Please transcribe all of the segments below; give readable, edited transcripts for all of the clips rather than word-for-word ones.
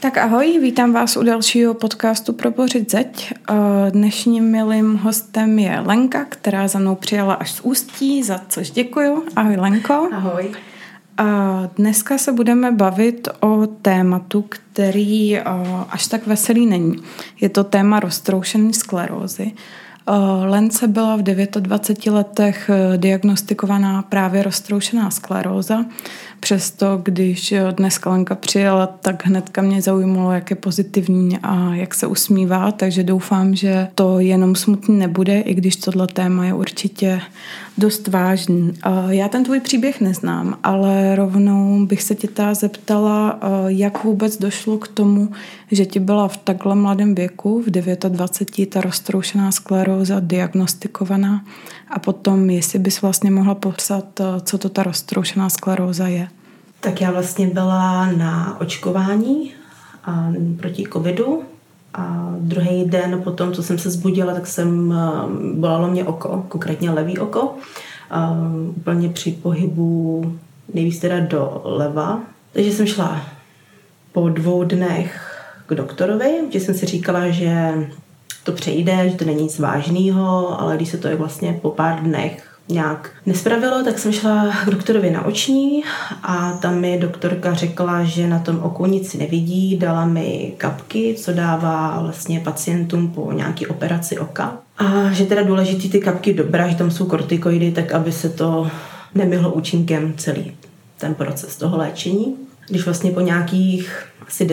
Tak ahoj, vítám vás u dalšího podcastu Probořit zeď. Dnešním milým hostem je Lenka, která za mnou přijela až z Ústí, za což děkuju. Ahoj Lenko. Ahoj. Dneska se budeme bavit o tématu, který až tak veselý není. Je to téma roztroušené sklerózy. Lence byla v 29 letech diagnostikovaná právě roztroušená skleróza. Přesto, když dneska Lenka přijela, tak hnedka mě zaujmulo, jak je pozitivní a jak se usmívá, takže doufám, že to jenom smutný nebude, i když tohle téma je určitě dost vážný. Já ten tvůj příběh neznám, ale rovnou bych se tě zeptala, jak vůbec došlo k tomu, že ti byla v takhle mladém věku, v 29, ta roztroušená skleróza diagnostikovaná a potom, jestli bys vlastně mohla popsat, co to ta roztroušená skleróza je. Tak já vlastně byla na očkování proti covidu a druhý den potom, co jsem se zbudila, tak bolelo mě oko, konkrétně levý oko, úplně při pohybu nejvíc teda doleva. Takže jsem šla po 2 dnech k doktorovi, že jsem si říkala, že to přejde, že to není nic vážného, ale když se to vlastně po pár dnech nějak nespravilo, tak jsem šla k doktorovi na oční a tam mi doktorka řekla, že na tom oku nic nevidí, dala mi kapky, co dává vlastně pacientům po nějaký operaci oka. A že teda důležitý ty kapky dobrá, že tam jsou kortikoidy, tak aby se to nemyhlo účinkem celý ten proces toho léčení. Když vlastně po nějakých asi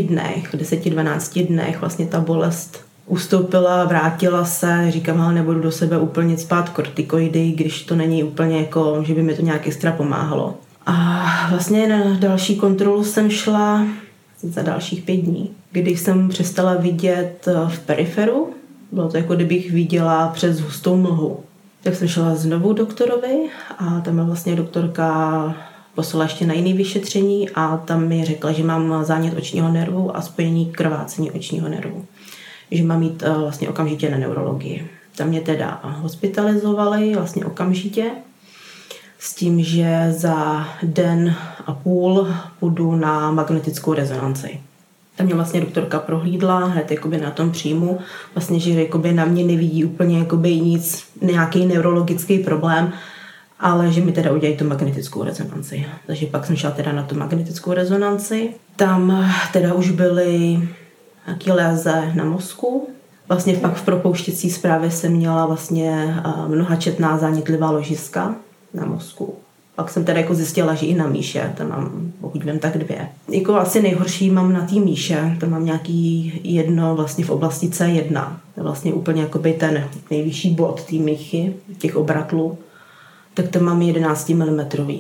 10-12 dnech vlastně ta bolest ustoupila, vrátila se, říkám, ale nebudu do sebe úplně spát kortikoidy, když to není úplně jako, že by mi to nějak extra pomáhalo. A vlastně na další kontrolu jsem šla za dalších 5 dní, když jsem přestala vidět v periferu. Bylo to jako kdybych viděla přes hustou mlhu. Tak jsem šla znovu doktorovi a tam vlastně doktorka poslala ještě na jiné vyšetření a tam mi řekla, že mám zánět očního nervu a spojení krvácení očního nervu. Že mám jít vlastně okamžitě na neurologii. Tam mě teda hospitalizovali vlastně okamžitě s tím, že za 1,5 den půjdu na magnetickou rezonanci. Tam mě vlastně doktorka prohlídla hned jakoby na tom příjmu, vlastně, že jakoby na mě nevidí úplně jakoby nic, nějaký neurologický problém, ale že mi teda udělají tu magnetickou rezonanci. Takže pak jsem šla teda na tu magnetickou rezonanci. Tam teda už byly nějaký léze na mozku. Vlastně pak v propouštěcí zprávě jsem měla vlastně mnohačetná zánětlivá ložiska na mozku. Pak jsem teda jako zjistila, že i na míše, tam mám, pokud vím, tak 2. Jako asi nejhorší mám na té míše, tam mám nějaký jedno vlastně v oblasti C1. To je vlastně úplně jakoby ten nejvyšší bod té míchy, těch obratlů. Tak tam mám 11 mm.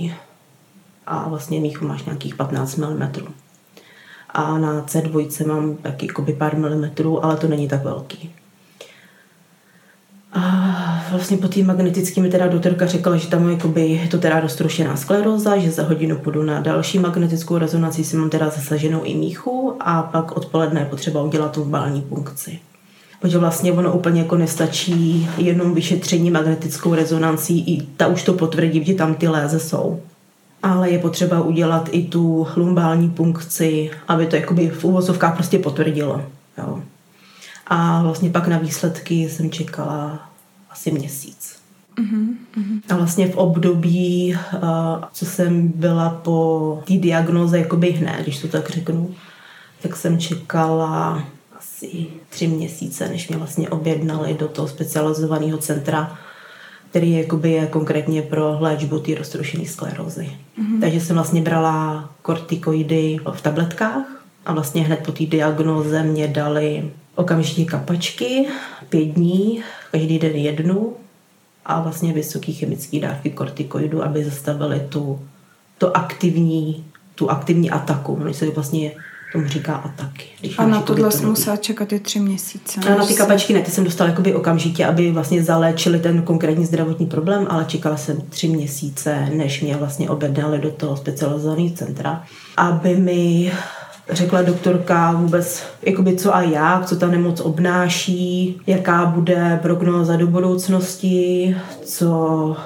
A vlastně míchu máš nějakých 15 mm. A na C2 mám taky jakoby pár milimetrů, ale to není tak velký. A vlastně po té magnetické mi teda doktorka řekla, že tam je to teda roztroušená skleróza, že za hodinu půjdu na další magnetickou rezonanci, si mám teda zasaženou i míchu a pak odpoledne je potřeba udělat lumbální punkci. Protože vlastně ono úplně jako nestačí jenom vyšetření magnetickou rezonancí, i ta už to potvrdí, že tam ty léze jsou. Ale je potřeba udělat i tu lumbální punkci, aby to jakoby v uvozovkách prostě potvrdilo. Jo. A vlastně pak na výsledky jsem čekala asi měsíc. A vlastně v období, co jsem byla po té diagnoze jakoby hned, když to tak řeknu, tak jsem čekala asi 3 měsíce, než mě vlastně objednali do toho specializovaného centra, který je konkrétně pro léčbu té roztroušené sklerózy. Takže jsem vlastně brala kortikoidy v tabletkách a vlastně hned po té diagnoze mě dali okamžitě kapačky, 5 dní, každý den 1 a vlastně vysoké chemické dávky kortikoidu, aby zastavili tu aktivní ataku. Ono se vlastně tomu říká ataky. A na tohle jsem musela čekat i 3 měsíce. A na ty kapačky ne, ty jsem dostala jakoby okamžitě, aby vlastně zaléčili ten konkrétní zdravotní problém, ale čekala jsem 3 měsíce, než mě vlastně objednali do toho specializovaného centra, aby mi řekla doktorka vůbec, jakoby co a jak, co ta nemoc obnáší, jaká bude prognóza do budoucnosti, co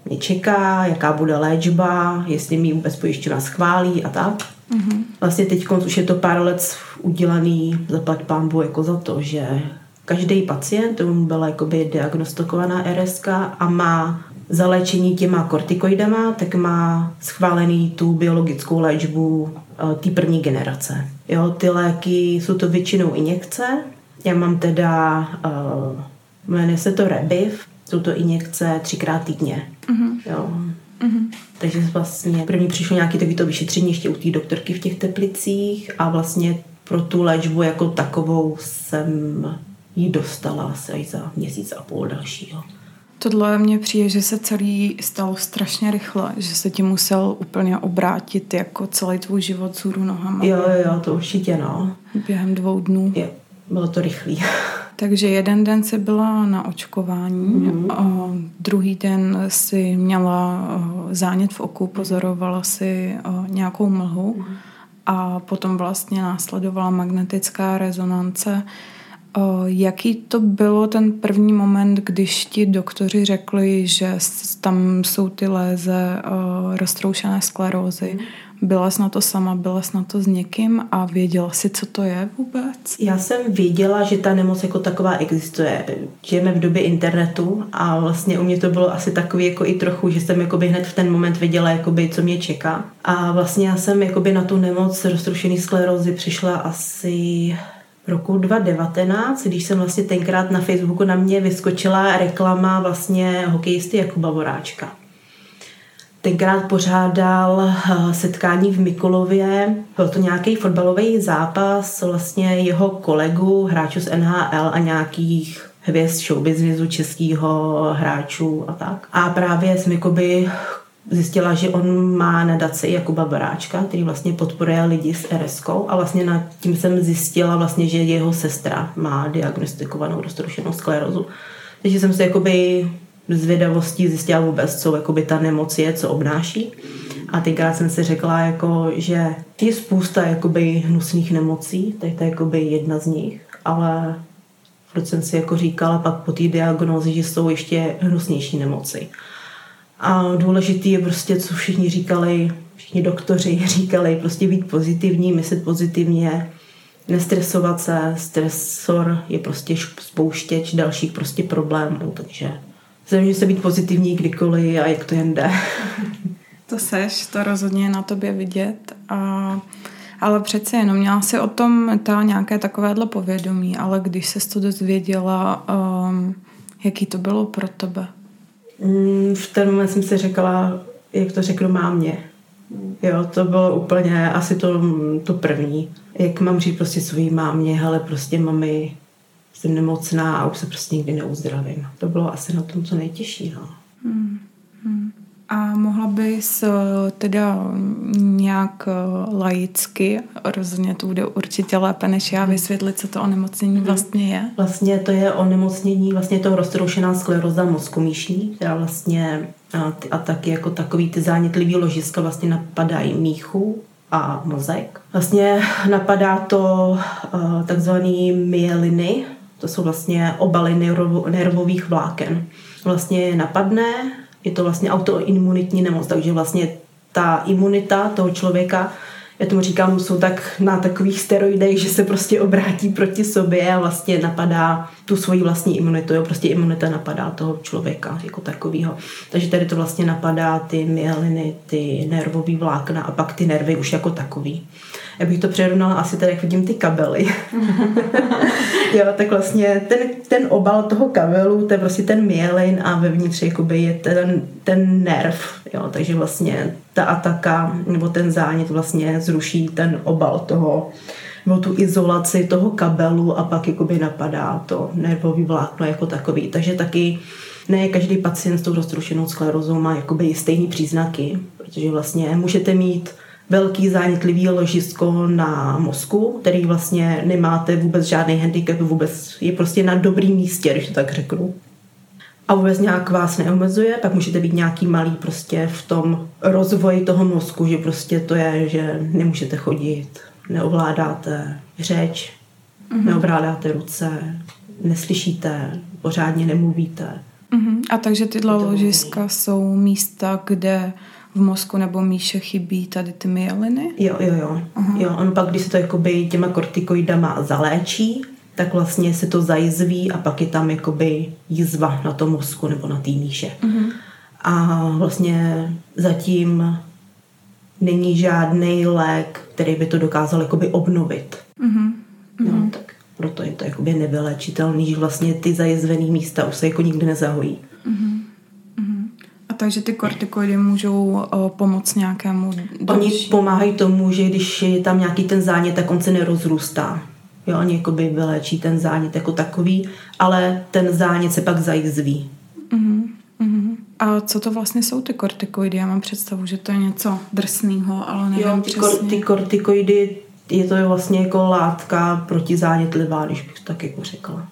mě čeká, jaká bude léčba, jestli mi vůbec pojišťovna schválí a tak. Vlastně teď už je to pár let udělaný, zaplať pánbu jako za to, že každý pacient, tomu byla jakoby diagnostikovaná RSK a má za léčení těma kortikoidama, tak má schválený tu biologickou léčbu té první generace. Jo, ty léky jsou to většinou injekce. Já mám teda, jmenuje se to Rebiv, jsou to injekce 3x týdně. Jo. Takže vlastně první přišlo nějaké takovýto vyšetření ještě u té doktorky v těch Teplicích a vlastně pro tu léčbu jako takovou jsem ji dostala asi za měsíc a půl dalšího. Tohle mně přijde, že se celý stalo strašně rychle, že se ti musel úplně obrátit jako celý tvůj život vzhůru nohama. Jo, to určitě, no. Během 2 dnů. Jo, bylo to rychlý. Takže jeden den jsi byla na očkování, a druhý den jsi měla zánět v oku, pozorovala si nějakou mlhu a potom vlastně následovala magnetická rezonance. Jaký to bylo ten první moment, když ti doktoři řekli, že tam jsou ty léze roztroušené sklerózy? Byla jsi na to sama, byla jsi na to s někým a věděla jsi, co to je vůbec? Já jsem věděla, že ta nemoc jako taková existuje. Žijeme v době internetu a vlastně u mě to bylo asi takový jako i trochu, že jsem jakoby hned v ten moment věděla, jakoby, co mě čeká. A vlastně já jsem jakoby na tu nemoc roztroušené sklerózy přišla asi v roku 2019, když jsem vlastně tenkrát na Facebooku na mě vyskočila reklama vlastně hokejisty Jakuba Voráčka. Tenkrát pořádal setkání v Mikulově. Byl to nějaký fotbalový zápas vlastně jeho kolegů, hráčů z NHL a nějakých hvězd showbiznisu, českého hráčů a tak. A právě jsem jakoby zjistila, že on má nadaci Jakuba Voráčka, který vlastně podporuje lidi s RSkou a vlastně nad tím jsem zjistila vlastně, že jeho sestra má diagnostikovanou roztroušenou sklerózu. Takže jsem se jakoby zvědavostí zjistila vůbec, co jakoby ta nemoc je, co obnáší. A tenkrát jsem si řekla, jako, že je spousta jakoby hnusných nemocí, tak to je jakoby jedna z nich, ale proč jsem si jako říkala pak po té diagnózi, že jsou ještě hnusnější nemoci. A důležitý je prostě, co všichni doktoři říkali, prostě být pozitivní, myslet pozitivně, nestresovat se, stresor je prostě spouštěč dalších prostě problémů, takže snažím se být pozitivní kdykoliv a jak to jen jde. To seš, to rozhodně je na tobě vidět, ale přece jenom měla si o tom nějaké takovéhle povědomí, ale když ses to dozvěděla, jaký to bylo pro tebe? V ten moment jsem si řekla, jak to řeknu mámě. Jo, to bylo úplně asi to první. Jak mám říct prostě svojí mámě, hele, prostě mami, jsem nemocná a už se prostě nikdy neuzdravím. To bylo asi na tom co nejtěžší, no. A mohla bys teda nějak laicky, rozhodně to bude určitě lépe než já, vysvětlit, co to onemocnění vlastně je? Vlastně to je onemocnění, vlastně to roztroušená skleróza mozkomíšní, která vlastně a taky jako takový ty zánětlivý ložiska vlastně napadají míchu a mozek. Vlastně napadá to takzvaný myeliny, to jsou vlastně obaly nervových vláken. Vlastně je napadne, je to vlastně autoimunitní nemoc, takže vlastně ta imunita toho člověka, já tomu říkám, jsou tak na takových steroidech, že se prostě obrátí proti sobě a vlastně napadá tu svoji vlastní imunitu, jo, prostě imunita napadá toho člověka jako takovýho. Takže tady to vlastně napadá ty myeliny, ty nervový vlákna a pak ty nervy už jako takový. Já bych to přirovnala asi tady, jak vidím ty kabely. Jo, tak vlastně ten obal toho kabelu, to je prostě ten myelin a vevnitř jakoby je ten nerv. Jo, takže vlastně ta ataka nebo ten zánět vlastně zruší ten obal toho, nebo tu izolaci toho kabelu a pak jakoby napadá to nervový vlákno jako takový. Takže taky ne každý pacient s tou roztroušenou sklerózou má jakoby stejný příznaky, protože vlastně můžete mít velký zánětlivý ložisko na mozku, který vlastně nemáte vůbec žádný handicap, vůbec je prostě na dobrým místě, když to tak řeknu. A vůbec nějak vás neomezuje, pak můžete být nějaký malý prostě v tom rozvoji toho mozku, že prostě to je, že nemůžete chodit, neovládáte řeč, neovládáte ruce, neslyšíte, pořádně nemluvíte. A takže tyhle ložiska jsou místa, kde v mozku nebo míše chybí tady ty myeliny? Jo. Jo, on pak, když se to jakoby těma kortikoidama zaléčí, tak vlastně se to zajizví a pak je tam jakoby jizva na tom mozku nebo na té míše. A vlastně zatím není žádný lék, který by to dokázal jakoby obnovit. No, tak proto je to jakoby nevyléčitelný, že vlastně ty zajizvený místa už se jako nikdy nezahojí. A takže ty kortikoidy můžou pomoct nějakému Oni pomáhají tomu, že když je tam nějaký ten zánět, tak on se nerozrůstá. Jo, oni jakoby vyléčí ten zánět jako takový, ale ten zánět se pak zajizví. A co to vlastně jsou ty kortikoidy? Já mám představu, že to je něco drsného, ale nevím přesně. Ty kortikoidy, je to vlastně jako látka protizánětlivá, když bych tak jako řekla.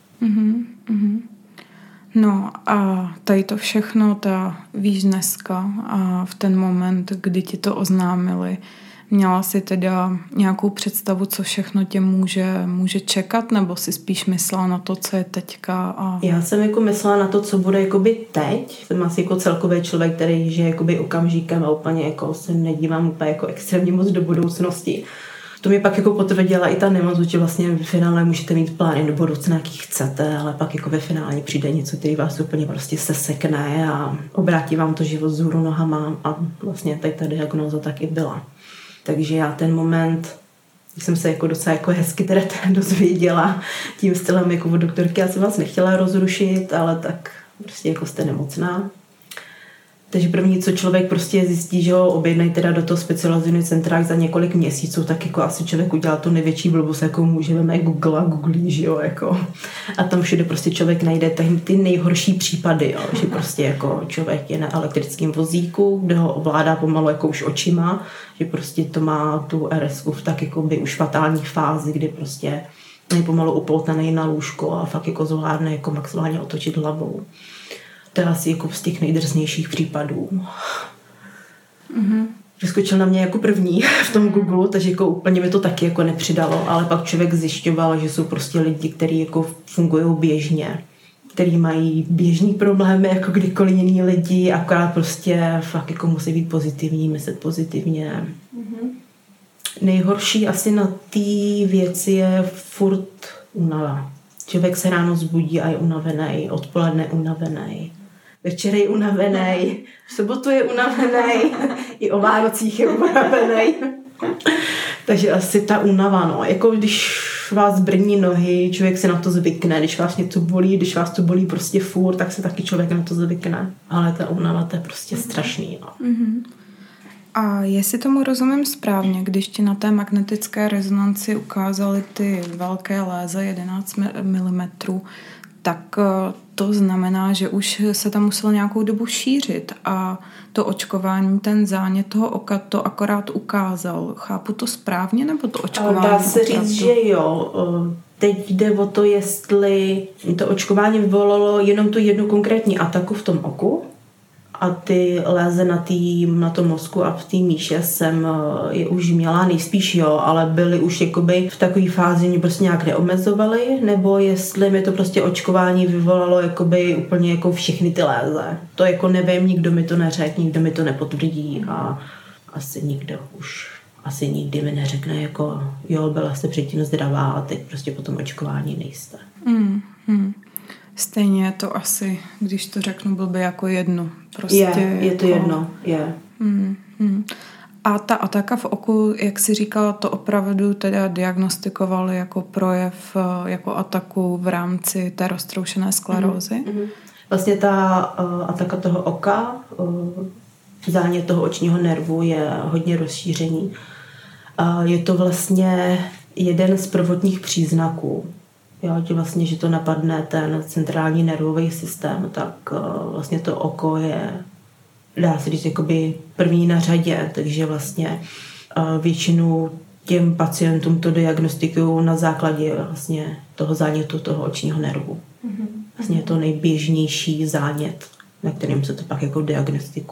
No a tady to všechno, víš dneska a v ten moment, kdy ti to oznámili, měla jsi teda nějakou představu, co všechno tě může čekat, nebo si spíš myslela na to, co je teďka? Já jsem jako myslela na to, co bude jakoby teď. Jsem asi jako celkový člověk, který žije jakoby okamžikem a úplně jako se nedívám úplně jako extrémně moc do budoucnosti. To mi pak jako potvrdila i ta nemoc, že vlastně ve finále můžete mít plány do budoucna, jaký chcete, ale pak jako ve finále přijde něco, který vás úplně prostě sesekne a obrátí vám to život vzhůru nohama a vlastně tady ta diagnóza taky byla. Takže já ten moment, když jsem se jako docela jako hezky teda dozvěděla tím stylem jako od doktorky, já jsem vás nechtěla rozrušit, ale tak prostě jako jste nemocná. Takže první, co člověk prostě zjistí, že ho objednají teda do toho specializovaného centra za několik měsíců, tak jako asi člověk udělal tu největší blbost, jako můžeme Google a googlí, že jo, jako. A tam všude prostě člověk najde ty nejhorší případy, jo, že prostě jako člověk je na elektrickém vozíku, kde ho ovládá pomalu jako už očima, že prostě to má tu RSku v tak jako by už fatální fázi, kdy prostě je pomalu upoutaný na lůžko a fakt jako zvládne jako maximálně otočit hlavou. To je asi jako z těch nejdrsnějších případů. Vyskočil na mě jako první v tom Google, takže jako úplně mi to taky jako nepřidalo, ale pak člověk zjišťoval, že jsou prostě lidi, kteří jako fungují běžně, kteří mají běžný problémy jako kdykoliv jiný lidi, akorát prostě fakt jako musí být pozitivní, myslet pozitivně. Nejhorší asi na té věci je furt únava. Člověk se ráno zbudí a je unavený, odpoledne unavený, večer je unavený, v sobotu je unavený, i o Vánocích je unavený. Takže asi ta únava, no. Jako když vás brní nohy, člověk se na to zvykne, když vás něco bolí, když vás to bolí prostě furt, tak se taky člověk na to zvykne. Ale ta únava, to je prostě strašný, no. A jestli tomu rozumím správně, když ti na té magnetické rezonanci ukázali ty velké léze 11 mm, tak to znamená, že už se tam muselo nějakou dobu šířit a to očkování, ten zánět toho oka to akorát ukázal. Chápu to správně, nebo to očkování? Dá se říct, že jo. Teď jde o to, jestli to očkování vyvolalo jenom tu jednu konkrétní ataku v tom oku, a ty léze na tom mozku a v té míše jsem je už měla nejspíš, jo, ale byly už jakoby v takové fázi, mě prostě nějak neomezovaly, nebo jestli mi to prostě očkování vyvolalo jakoby úplně jako všechny ty léze. To jako nevím, nikdo mi to neřekl, nikdo mi to nepotvrdí a asi nikdo už asi nikdy mi neřekne jako jo, byla jste předtím zdravá a teď prostě po tom očkování nejste. Stejně je to asi, když to řeknu blbě, jako jedno. Prostě je to jako... jedno, je. A ta ataka v oku, jak jsi říkala, to opravdu teda diagnostikovali jako projev, jako ataku v rámci té roztroušené sklerózy? Vlastně ta ataka toho oka, zánět toho očního nervu je hodně rozšířený. Je to vlastně jeden z prvotních příznaků. Jo, že to napadne ten centrální nervový systém, tak vlastně to oko je, dá se říct, jakoby první na řadě, takže vlastně většinou těm pacientům to diagnostikují na základě vlastně toho zánětu toho očního nervu. Vlastně je to nejběžnější zánět, na kterým se to pak jako diagnostikuje.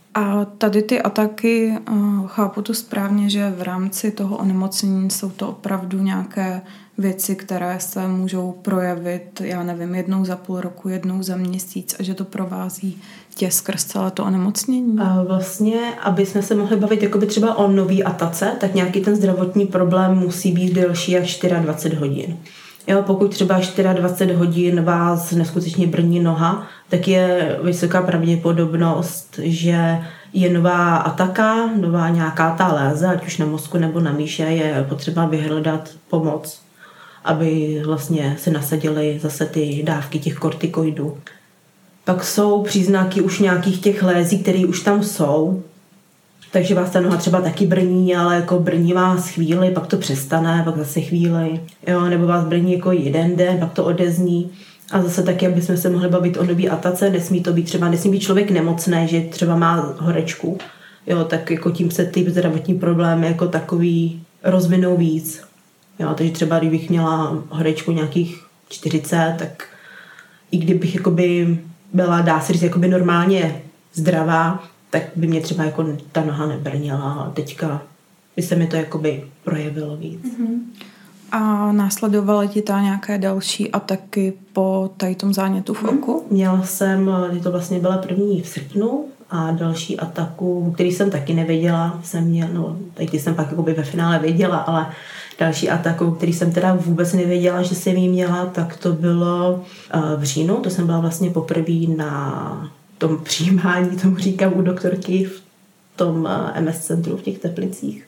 A tady ty ataky, chápu to správně, že v rámci toho onemocnění jsou to opravdu nějaké věci, které se můžou projevit, já nevím, jednou za půl roku, jednou za měsíc a že to provází tě skrz celé to onemocnění? A vlastně, aby jsme se mohli bavit jakoby třeba o nový atace, tak nějaký ten zdravotní problém musí být delší jak 24 hodin. Jo, pokud třeba 24 hodin vás neskutečně brní noha, tak je vysoká pravděpodobnost, že je nová ataka, nová nějaká ta léze, ať už na mozku nebo na míše, je potřeba vyhledat pomoc, aby vlastně se nasadily zase ty dávky těch kortikoidů. Pak jsou příznaky už nějakých těch lézí, které už tam jsou, takže vás ta noha třeba taky brní, ale jako brní vás chvíli, pak to přestane, pak zase chvíli, jo, nebo vás brní jako jeden den, pak to odezní. A zase taky, aby jsme se mohli bavit o nový atace, nesmí být člověk nemocný, že třeba má horečku, jo, tak jako tím se ty zdravotní problémy jako takový rozvinou víc. Jo, takže třeba kdybych měla horečku nějakých 40, tak i kdybych jakoby byla, dá se říct, jakoby normálně zdravá, tak by mě třeba jako ta noha nebrnila a teďka by se mi to jakoby projevilo víc. Mm-hmm. A následovaly ti ta nějaké další ataky po tady tom zánětu v oku? Měla jsem, to vlastně byla první v srpnu a další ataku, který jsem taky nevěděla, jsem měla, no teď jsem pak jakoby ve finále věděla, ale další ataku, který jsem teda vůbec nevěděla, že jsem jí měla, tak to bylo v říjnu, to jsem byla vlastně poprvé na tom přijímání, tomu říkám u doktorky v tom MS centru v těch Teplicích.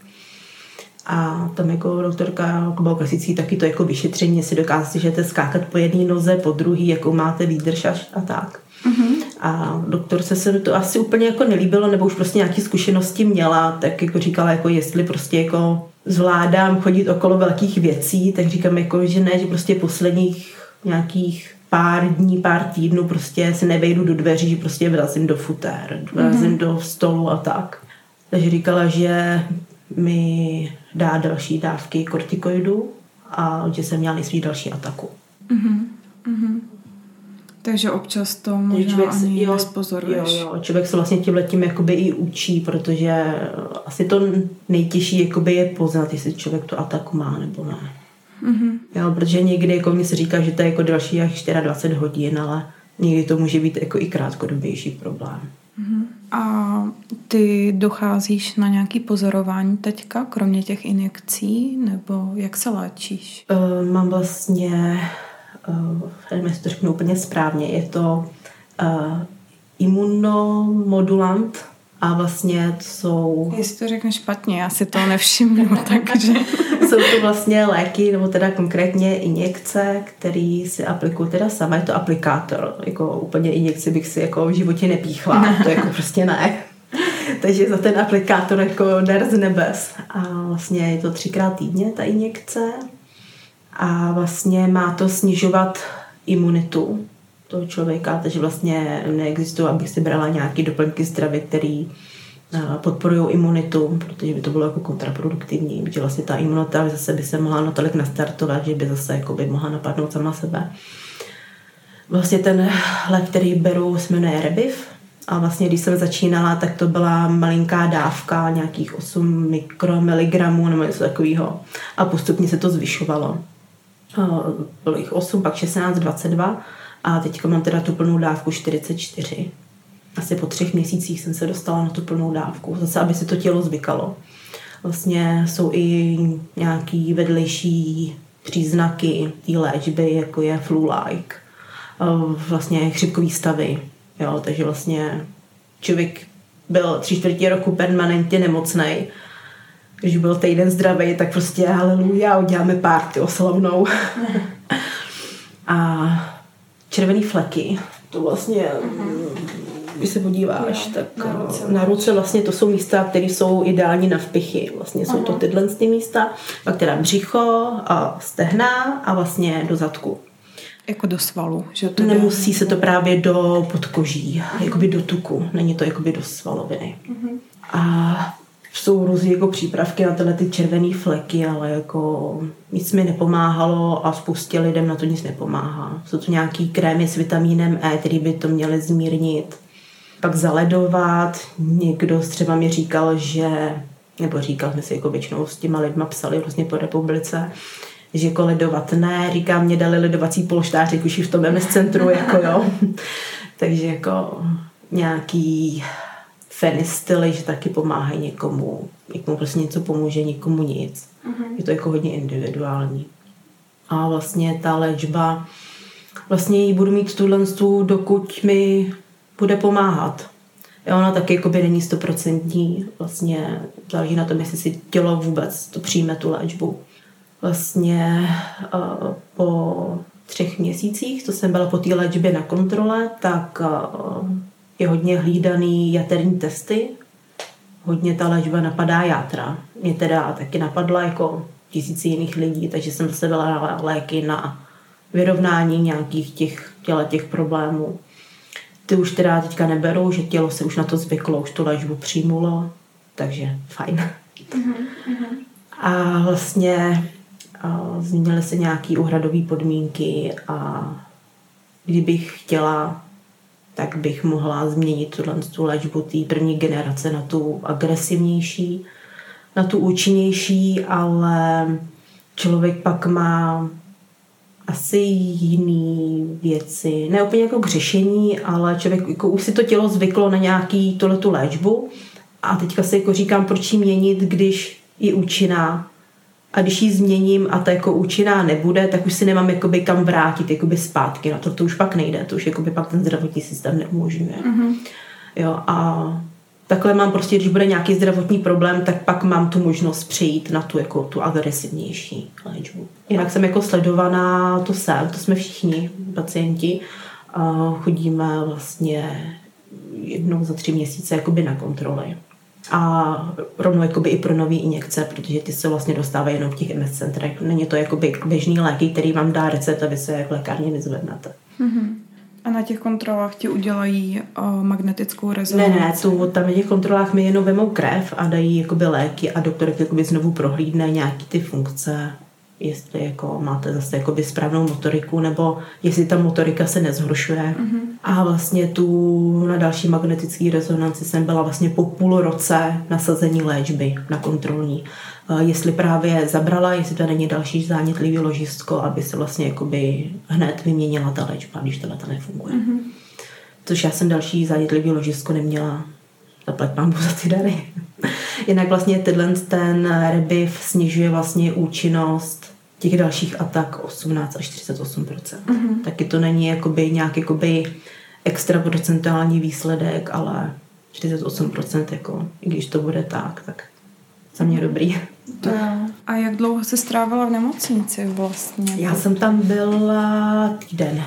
A tam jako doktorka jako bylo klasický taky to jako vyšetření, jestli dokážete skákat po jedné noze, po druhý, jakou máte výdrž a tak. Mm-hmm. A doktorce se to asi úplně jako nelíbilo, nebo už prostě nějaké zkušenosti měla, tak jako říkala, jako jestli prostě jako zvládám chodit okolo velkých věcí, tak říkám jako, že ne, že prostě posledních nějakých pár dní, pár týdnů prostě se nevejdu do dveří, že prostě vrazím do futér, vrazím do stolu a tak. Takže říkala, že mi dá další dávky kortikoidů a že jsem měla nejspíš další ataku. Mm-hmm. Takže občas to možná ani nespozoruješ. Jo, člověk se vlastně tímhletím jakoby i učí, protože asi to nejtěžší jakoby je poznat, jestli člověk tu ataku má nebo ne. Mm-hmm. Jo, protože někdy jako mně se říká, že to je jako další jak 24 hodin, ale někdy to může být jako i krátkodobější problém. Mm-hmm. A ty docházíš na nějaké pozorování teďka, kromě těch injekcí, nebo jak se léčíš? Mám vlastně, nevím, jestli to řeknu úplně správně, je to imunomodulant a vlastně jsou... Jestli to řekneš špatně, já si to nevšimnu, takže... Jsou to vlastně léky, nebo teda konkrétně injekce, který si aplikuju teda sama, je to aplikátor, jako úplně injekci bych si jako v životě nepíchla, to jako prostě ne. Takže za ten aplikátor jako dar z nebes. A vlastně je to 3x týdně ta injekce a vlastně má to snižovat imunitu toho člověka, takže vlastně neexistuje, abych si brala nějaké doplňky zdraví, které podporují imunitu, protože by to bylo jako kontraproduktivní, protože vlastně ta imunita zase by se mohla natolik nastartovat, že by zase jako by mohla napadnout sama sebe. Vlastně ten lék, který beru, se jmenuje Rebiv a vlastně když jsem začínala, tak to byla malinká dávka, nějakých 8 mikromilligramů nebo něco takového a postupně se to zvyšovalo. Bylo jich 8, pak 16, 22 a teďka mám teda tu plnou dávku 44. Asi po 3 měsících jsem se dostala na tu plnou dávku, zase aby se to tělo zvykalo. Vlastně jsou i nějaký vedlejší příznaky té léčby, jako je flu-like, vlastně chřipkový stavy. Jo, takže vlastně člověk byl 3/4 roku permanentně nemocnej. Když byl týden zdravý, tak prostě haleluja, uděláme party oslavnou. A červený fleky, to vlastně... Když se podíváš, tak na ruce vlastně to jsou místa, které jsou ideální na vpichy. Vlastně jsou to tyhle místa, pak teda břicho a stehna a vlastně do zadku. Jako do svalu, že to nemusí se to právě do podkoží, jakoby do tuku, není to jakoby do svaloviny. A jsou různé jako přípravky na tyhle ty červené fleky, ale jako nic mi nepomáhalo a spoustě lidem na to nic nepomáhá. Jsou to nějaký krémy s vitamínem E, který by to měly zmírnit. pak zaledovat. Někdo třeba mi říkal, jsme si jako většinou s těma lidma psali vlastně po republice, že jako ledovat ne, říkám, mě dali ledovací polštářek už i v tom MS centru, jako jo. Takže jako nějaký fenistily, že taky pomáhají někomu prostě něco pomůže, někomu nic. Je to jako hodně individuální. A vlastně ta léčba, vlastně ji budu mít tu, dokud mi bude pomáhat. Jo, ona taky jakoby není 100%, vlastně záleží na tom, jestli si tělo vůbec to přijme tu léčbu. Vlastně po 3 měsících, co jsem byla po té léčbě na kontrole, tak je hodně hlídaný jaterní testy. Hodně ta léčba napadá játra. Mě teda taky napadla jako tisíce jiných lidí, takže jsem zase byla léky na vyrovnání nějakých těch problémů. Ty už teda teďka neberu, že tělo se už na to zvyklo, už tu léčbu přijmulo, takže fajn. A vlastně změnily se nějaké úhradové podmínky a kdybych chtěla, tak bych mohla změnit tu léčbu té první generace na tu agresivnější, na tu účinnější, ale člověk pak má asi jiný věci, ne úplně jako k řešení, ale člověk jako už si to tělo zvyklo na nějaký tu léčbu a teďka si jako říkám, proč ji měnit, když je účinná. A když ji změním a ta jako účinná nebude, tak už si nemám jakoby kam vrátit jakoby zpátky. Na to už pak nejde, to už jakoby pak ten zdravotní systém neumožňuje. Jo, a takhle mám prostě, když bude nějaký zdravotní problém, tak pak mám tu možnost přejít na tu agresivnější léčbu. Jinak jsem jako sledovaná, to jsme všichni pacienti. Chodíme vlastně jednou za 3 měsíce jakoby na kontroly. A rovnou jakoby i pro nový injekce, protože ty se vlastně dostávají jenom v těch MS centrech. Není to jakoby běžný léky, který vám dá recept a vy se v lékárně vyzvednete. A na těch kontrolách ti udělají magnetickou rezonanci? Ne, tam na těch kontrolách mi jenom vemou krev a dají jakoby léky a doktor jakoby znovu prohlídne nějaký ty funkce, jestli jako máte zase jakoby správnou motoriku, nebo jestli ta motorika se nezhoršuje. A vlastně na další magnetické rezonanci jsem byla vlastně po půl roce nasazení léčby na kontrolní. Jestli právě zabrala, jestli to není další zánětlivý ložisko, aby se vlastně jakoby hned vyměnila ta léčba, když ta nefunguje. Což já jsem další zánětlivý ložisko neměla, zaplať pánbu za ty dary. Jinak vlastně ten Rebiv snižuje vlastně účinnost těch dalších atak 18 až 38%. Taky to není jakoby nějak jakoby extra procentuální výsledek, ale 48%, jako, i když to bude tak za mě dobrý. A jak dlouho jsi strávila v nemocnici vlastně? Já jsem tam byla týden.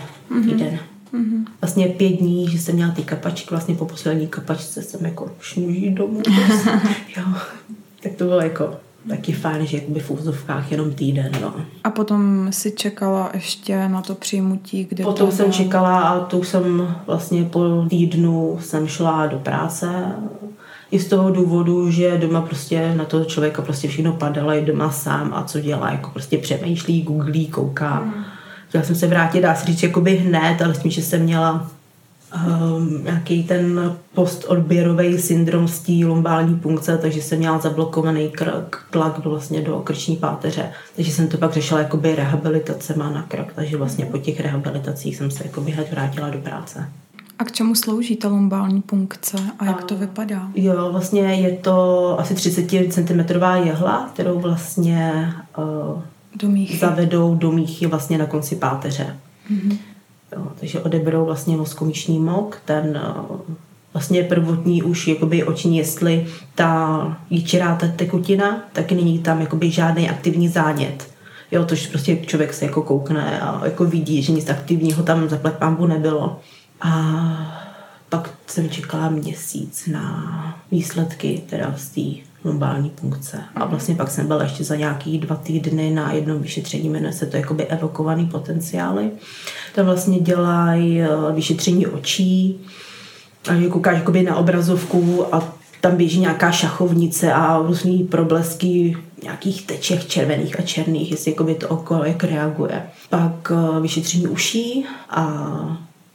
Vlastně 5 dní, že jsem měla ty kapačky, vlastně po poslední kapačce jsem jako šmuží domů. Jo. Tak to bylo jako taky fajn, že jakoby v úzovkách jenom týden. No. A potom si čekala ještě na to přijmutí, kde potom jsem čekala a to už jsem vlastně po týdnu jsem šla do práce. I z toho důvodu, že doma prostě na toho člověka prostě všechno padalo, je doma sám a co dělá, jako prostě přemýšlí, googlí, kouká. Chtěla jsem se vrátit, dá se říct, jakoby hned, ale tím, že jsem měla nějaký ten postodběrový syndrom z té lumbální punkce, takže jsem měla zablokovaný tlak vlastně do krční páteře. Takže jsem to pak řešila jakoby rehabilitacema na krk, takže vlastně po těch rehabilitacích jsem se jakoby hned vrátila do práce. A k čemu slouží ta lumbální punkce a jak to vypadá? Jo, vlastně je to asi 30 cm jehla, kterou vlastně zavedou do míchy vlastně na konci páteře. Jo, takže odeberou vlastně mozkomíšní mok, ten vlastně prvotní už jakoby oční, jestli je čirá ta tekutina, tak není tam jakoby žádný aktivní zánět. Jo, tož prostě člověk se jako koukne a jako vidí, že nic aktivního tam zaplať pánbu nebylo. A pak jsem čekala měsíc na výsledky teda z té lumbální punkce. A vlastně pak jsem byla ještě za nějaký 2 týdny na jednom vyšetření, jmenuje se to jakoby evokovaný potenciály. Tam vlastně dělají vyšetření očí, a koukáš jakoby na obrazovku a tam běží nějaká šachovnice a různý problesky nějakých teček červených a černých, jestli jakoby to oko jak reaguje. Pak vyšetření uší a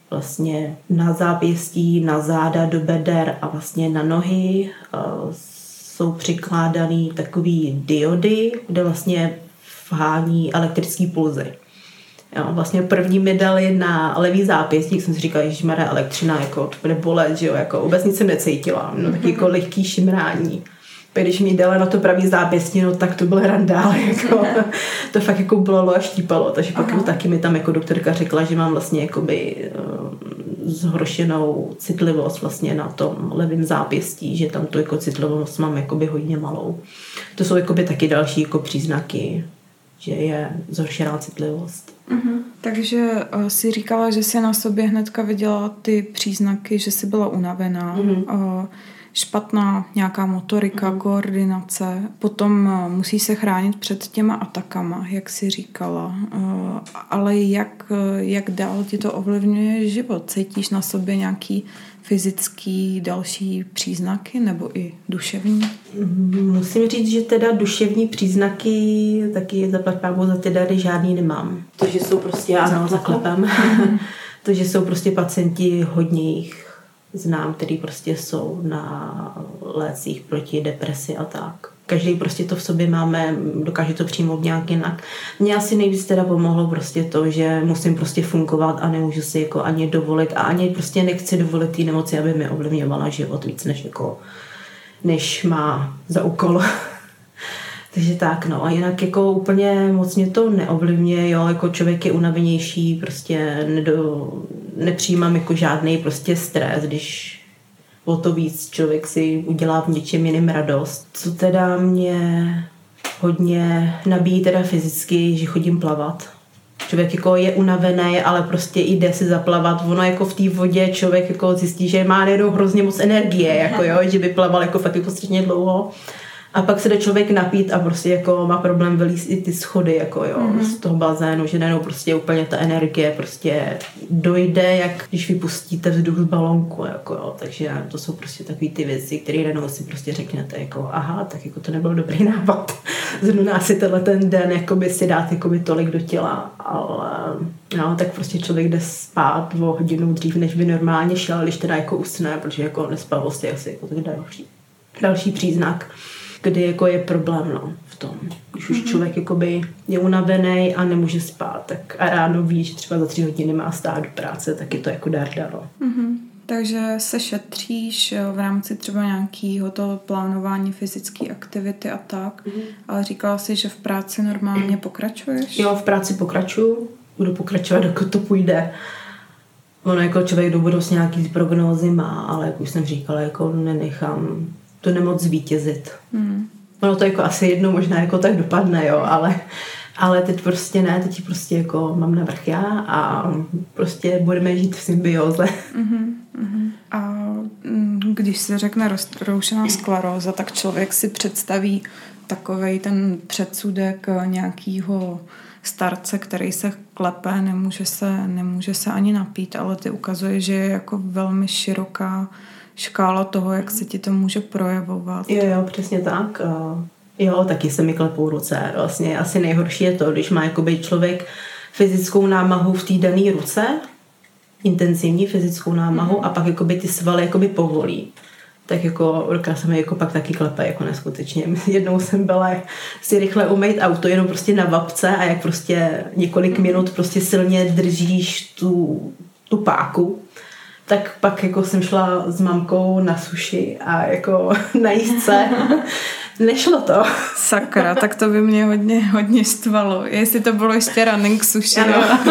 vlastně na zápěstí, na záda, do beder a vlastně na nohy jsou přikládaný takový diody, kde vlastně vhání elektrický pulzy. Jo, vlastně první mi dali na levý zápěstí, jsem si říkala, ježišmarja, elektřina, jako to bude bolet, že jo, jako vůbec nic jsem necítila, no taky jako lehký šimrání. Když mi dali na to pravý zápěstí, no tak to byl randál, jako, to fakt jako bolelo a štípalo, takže pak jako taky mi tam jako doktorka řekla, že mám vlastně jakoby zhoršenou citlivost vlastně na tom levém zápěstí, že tam tu jako citlivost mám jakoby hodně malou. To jsou jakoby taky další jako příznaky, že je zhoršená citlivost. Takže si říkala, že jsi na sobě hnedka viděla ty příznaky, že jsi byla unavená, špatná nějaká motorika, koordinace, potom musí se chránit před těma atakama, jak jsi říkala. Ale jak dál ti to ovlivňuje život? Cítíš na sobě nějaký fyzický další příznaky nebo i duševní? Musím říct, že teda duševní příznaky taky zaplať za ty dary žádný nemám. To, že jsou prostě, ano, zaklepem. To, že jsou prostě pacienti, hodně jich znám, který prostě jsou na lécích proti depresi a tak. Každý prostě to v sobě máme, dokáže to přijmout nějak jinak. Mně asi nejvíc teda pomohlo prostě to, že musím prostě fungovat a nemůžu si jako ani dovolit a ani prostě nechci dovolit té nemoci, aby mi ovlivňovala život víc než má za úkol. Takže tak, no. A jinak jako úplně moc mě to neovlivňuje, jo, jako člověk je unavenější, prostě nepřijímám jako žádný prostě stres, když o to víc člověk si udělá v něčem jiným radost. Co teda mě hodně nabíjí teda fyzicky, že chodím plavat. Člověk jako je unavený, ale prostě jde si zaplavat. Ono jako v té vodě člověk jako zjistí, že má najednou hrozně moc energie, jako jo, že by plaval jako fakt jako strašně dlouho. A pak se jde člověk napít a prostě jako má problém vylízt i ty schody, jako jo, z toho bazénu, že najednou prostě úplně ta energie prostě dojde, jak když vypustíte vzduch z balonku, jako jo, takže to jsou prostě takový ty věci, které najednou si prostě řeknete, jako aha, tak jako to nebyl dobrý nápad. Zrovna si tenhle ten den jakoby si dát jakoby tolik do těla, ale no, tak prostě člověk jde spát o hodinu dřív, než by normálně šel, když teda jako usne, protože jako nespavost je asi jako tak další příznak, kdy jako je problém, no, v tom. Když už člověk jakoby je unavený a nemůže spát, tak a ráno ví, že třeba za 3 hodiny má stát do práce, tak je to jako darda, no. Takže se šetříš v rámci třeba nějakého toho plánování fyzické aktivity a tak, ale říkala jsi, že v práci normálně pokračuješ? Jo, v práci pokračuju, budu pokračovat, dokud to půjde. Ono jako člověk do budoucna nějaký prognózy má, ale jak už jsem říkala, jako nenechám tu nemoc zvítězit. Ono to jako asi jednou možná jako tak dopadne, jo, ale teď prostě ne, teď prostě jako mám navrch já a prostě budeme žít v symbioze. A když se řekne roztroušená skleróza, tak člověk si představí takovej ten předsudek nějakýho starce, který se klepe, nemůže se ani napít, ale ty ukazuje, že je jako velmi široká škála toho, jak se ti to může projevovat. Jo, přesně tak. Jo, taky se mi klepou ruce. Vlastně asi nejhorší je to, když má jakoby člověk fyzickou námahu v té dané ruce, intenzivní fyzickou námahu a pak jakoby ty svaly jakoby povolí. Tak jako ruka se mi jako pak taky klepe jako neskutečně. Jednou jsem byla si rychle umýt auto jenom prostě na vapce a jak prostě několik minut prostě silně držíš tu páku, tak pak jako jsem šla s mamkou na suši a jako na jízdce. Nešlo to. Sakra, tak to by mě hodně štvalo. Jestli to bylo ještě running sushi.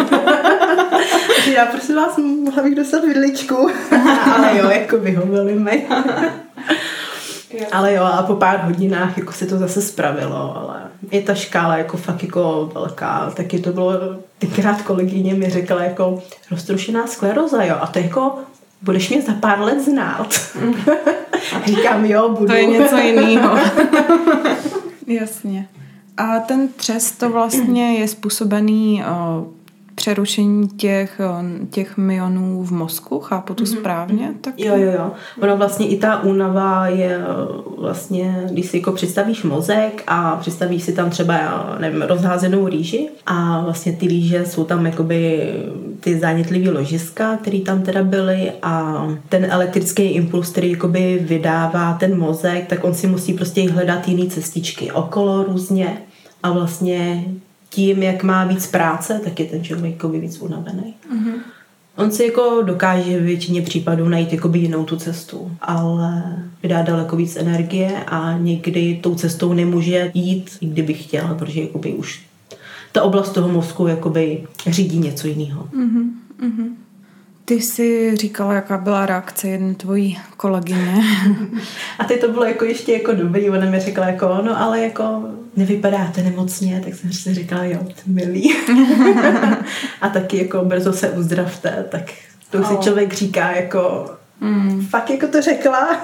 Já prosím vás, mohla bych dostat vidličku. Ale jo, jako vyhovili mi. Ale jo, a po pár hodinách jako se to zase spravilo, ale je ta škála jako fakt jako velká. Taky to bylo, tenkrát kolegyně mi řekla jako roztroušená skleróza, jo, a to jako budeš mě za pár let znát. Říkám, jo, budu. To je něco jiného. Jasně. A ten třes to vlastně je způsobený přerušení těch myonů v mozku, chápu to správně? Tak... Jo. Ono vlastně i ta únava je vlastně, když si jako představíš mozek a představíš si tam třeba, nevím, rozházenou rýži a vlastně ty rýže jsou tam jakoby ty zánětlivý ložiska, které tam teda byly a ten elektrický impuls, který jakoby vydává ten mozek, tak on si musí prostě hledat jiný cestičky okolo různě a vlastně tím, jak má víc práce, tak je ten člověk jakoby víc unavený. Mm-hmm. On si jako dokáže v většině případů najít jakoby jinou tu cestu, ale vydá daleko víc energie a někdy tou cestou nemůže jít, i kdyby chtěl, protože jakoby už ta oblast toho mozku jakoby řídí něco jiného. Mm-hmm. Ty jsi říkala, jaká byla reakce jedné tvojí kolegyně. A teď to bylo jako ještě jako dobrý, ona mi řekla jako, no ale jako nevypadáte nemocně, tak jsem si říkala, jo, milý. A taky jako brzo se uzdravte, tak to si člověk říká jako, fakt jako to řekla.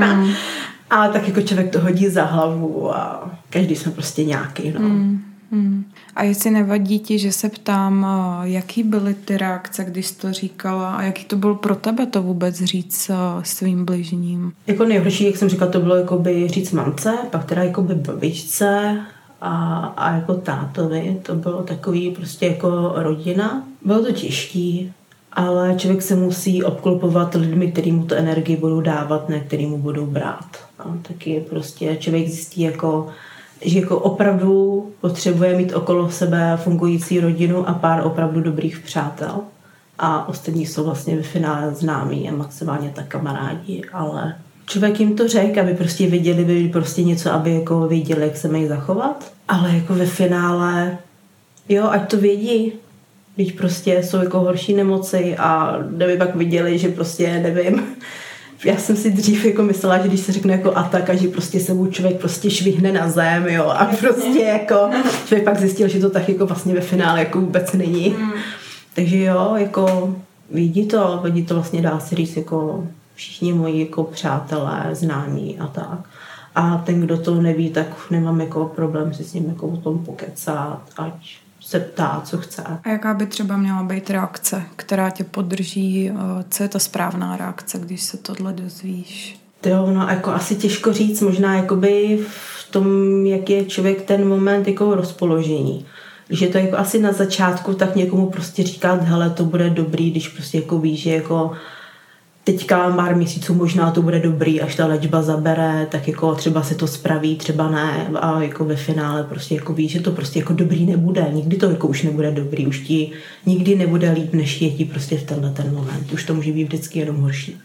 A tak jako člověk to hodí za hlavu a každý jsme prostě nějaký, no. A jestli nevadí ti, že se ptám, jaký byly ty reakce, když jsi to říkala a jaký to byl pro tebe to vůbec říct svým bližním? Jako nejhorší, jak jsem říkala, to bylo jakoby říct mamce, pak teda jakoby babičce a jako tátovi. To bylo takový prostě jako rodina. Bylo to těžký, ale člověk se musí obklopovat lidmi, který mu tu energii budou dávat, ne který mu budou brát. A taky prostě člověk zjistí jako že jako opravdu potřebuje mít okolo sebe fungující rodinu a pár opravdu dobrých přátel. A ostatní jsou vlastně ve finále známí a maximálně tak kamarádi, ale člověk jim to řekl, aby prostě věděli by prostě něco, aby jako věděli, jak se mají zachovat. Ale jako ve finále, jo, ať to vědí. Když prostě jsou jako horší nemoci a kdyby pak viděli, že prostě nevím. Já jsem si dřív jako myslela, že když se řekne jako ataka, že prostě se mu člověk prostě švihne na zem, jo, a prostě jako člověk pak zjistil, že to tak jako vlastně ve finále jako vůbec není. Takže jo, jako vidí to vlastně dá se říct jako všichni moji jako přátelé, známí a tak. A ten, kdo to neví, tak nemám jako problém si s ním jako o tom pokecat, ať se ptá, co chce. A jaká by třeba měla být reakce, která tě podrží? Co je ta správná reakce, když se tohle dozvíš? Jo, no jako asi těžko říct, možná jakoby v tom, jak je člověk ten moment jako rozpoložení. Když je to jako asi na začátku, tak někomu prostě říkat, hele, to bude dobrý, když prostě jako víš, že jako teďka pár měsíců možná to bude dobrý, až ta léčba zabere, tak jako třeba se to spraví, třeba ne a jako ve finále prostě jako víš, že to prostě jako dobrý nebude, nikdy to jako už nebude dobrý, už ti nikdy nebude líp, než je ti prostě v tenhle ten moment, už to může být vždycky jenom horší.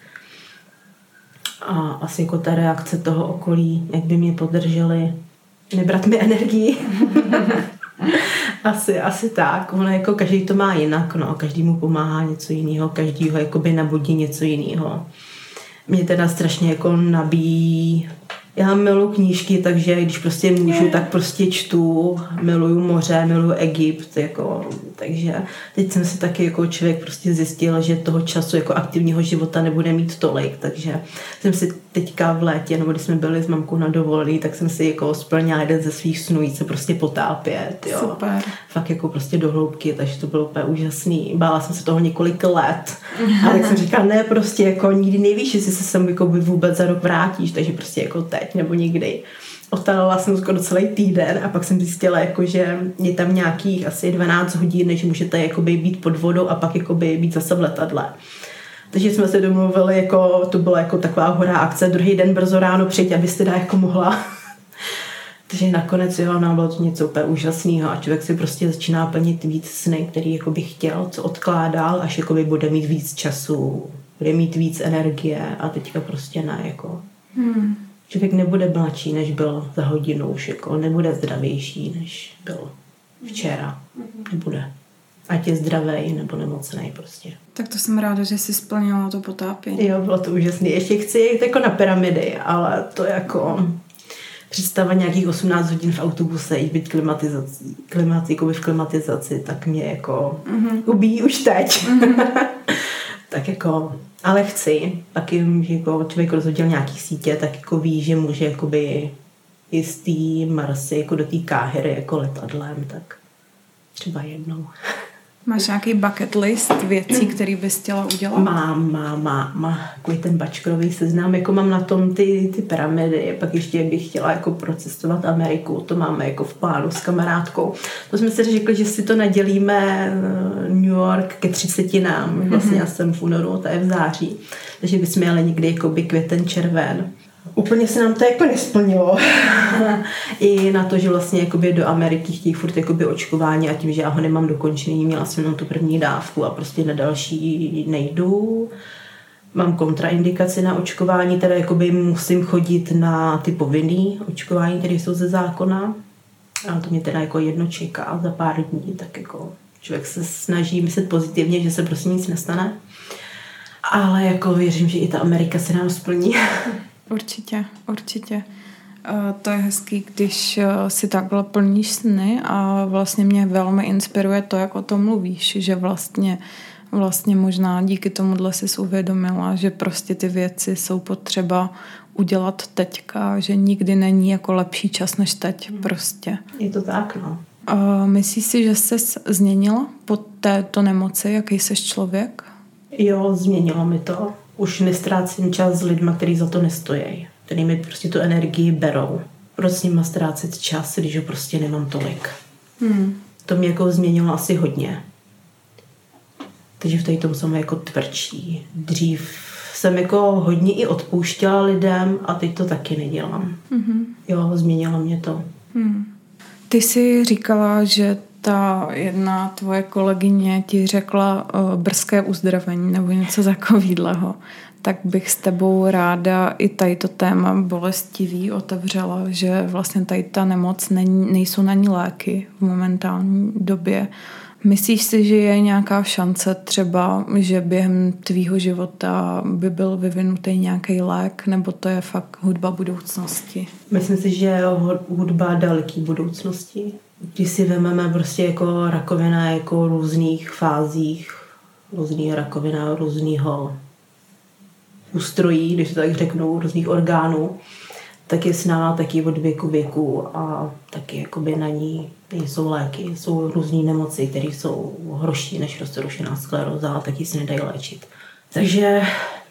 A asi jako ta reakce toho okolí, jak by mě podrželi, nebrat mi energii. Asi tak. Ono jako každý to má jinak, no. Každý mu pomáhá něco jiného, každý ho jakoby nabudí něco jiného. Mě teda strašně jako nabíjí. Já miluji knížky, takže když prostě můžu, tak prostě čtu. Miluju moře, miluju Egypt, jako, takže teď jsem si taky jako člověk prostě zjistil, že toho času jako aktivního života nebude mít tolik, takže jsem si teďka v létě, nebo když jsme byli s mamkou na dovolený, tak jsem si jako splnila jeden ze svých snů, jít se prostě potápět, jo. Super. Fakt jako prostě do hloubky, takže to bylo úplně úžasný. Bála jsem se toho několik let. A tak jsem říkala, ne, prostě jako nikdy nevíš, jestli se sem jako vůbec za rok vrátíš, takže prostě jako teď nebo nikdy. Otálila jsem skoro celý týden a pak jsem zjistila, jako, že je tam nějakých asi 12 hodin, než můžete jakoby být pod vodou a pak jakoby být zase v letadle. Takže jsme se domluvili, jako, to byla jako taková horá akce, druhý den brzo ráno přijď, abyste teda jako mohla. Takže nakonec jo, nám bylo to něco úplně úžasného a člověk si prostě začíná plnit víc sny, který jako by chtěl, co odkládal, až jakoby bude mít víc času, bude mít víc energie a teďka prostě ne, jako. Člověk nebude mladší, než byl za hodinu už, jako nebude zdravější, než byl včera. Nebude. Ať je zdravý nebo nemocnej prostě. Tak to jsem ráda, že jsi splnila to potápění. Jo, bylo to úžasné. Ještě chci jít jako na pyramidy, ale to jako představa nějakých 18 hodin v autobuse, jít být v klimatizaci, tak mě jako ubíjí už teď. Tak jako, ale chci. Taky, jako člověk rozhodil nějaký sítě, tak jako ví, že může jakoby jistý Marsy jako do té Káhiry jako letadlem, tak třeba jednou. Máš nějaký bucket list věcí, které bys chtěla udělat? Mám. Takový ten bačkorový seznam, jako mám na tom ty pyramidy, pak ještě bych chtěla jako procestovat Ameriku, to máme jako v plánu s kamarádkou. To jsme si řekli, že si to nadělíme New York ke 30. Vlastně já jsem v únoru, to je v září, takže bychom jeli někdy jako by květen, červen. Úplně se nám to jako nesplnilo. I na to, že vlastně jakoby do Ameriky chtějí furt jakoby očkování a tím, že já ho nemám dokončený, měla jsem jenom tu první dávku a prostě na další nejdu. Mám kontraindikaci na očkování, teda jakoby musím chodit na ty povinný očkování, které jsou ze zákona. A to mě teda jako jedno čeká za pár dní, tak jako člověk se snaží myslet pozitivně, že se prostě nic nestane. Ale jako věřím, že i ta Amerika se nám splní. Určitě. To je hezký, když si takhle plníš sny a vlastně mě velmi inspiruje to, jak o tom mluvíš, že vlastně možná díky tomuhle jsi uvědomila, že prostě ty věci jsou potřeba udělat teďka, že nikdy není jako lepší čas než teď prostě. Je to tak, no. Myslíš si, že jsi změnila po této nemoci, jaký jsi člověk? Jo, změnilo mi to. Už nestrácím čas s lidma, kteří za to nestojí, který mi prostě tu energii berou. Proč s nima ztrácet čas, když ho prostě nemám tolik? To mě jako změnilo asi hodně. Takže v tom jsem jako tvrdší. Dřív jsem jako hodně i odpouštěla lidem a teď to taky nedělám. Jo, změnilo mě to. Ty jsi říkala, že ta jedna tvoje kolegyně ti řekla brzké uzdravení nebo něco takového, tak bych s tebou ráda i tady to téma bolestivý otevřela, že vlastně tady ta nemoc nejsou na ní léky v momentální době. Myslíš si, že je nějaká šance třeba, že během tvýho života by byl vyvinutý nějaký lék, nebo to je fakt hudba budoucnosti? Myslím si, že je hudba daleký budoucnosti. Když si vezmeme prostě jako rakovina jako různých fázích, různý rakovina, různýho ústrojí, když to tak řeknu, různých orgánů, tak je sná taky od věku a taky jakoby na ní nejsou léky. Jsou různý nemoci, které jsou horší než roztroušená skleróza, a taky se nedají léčit. Takže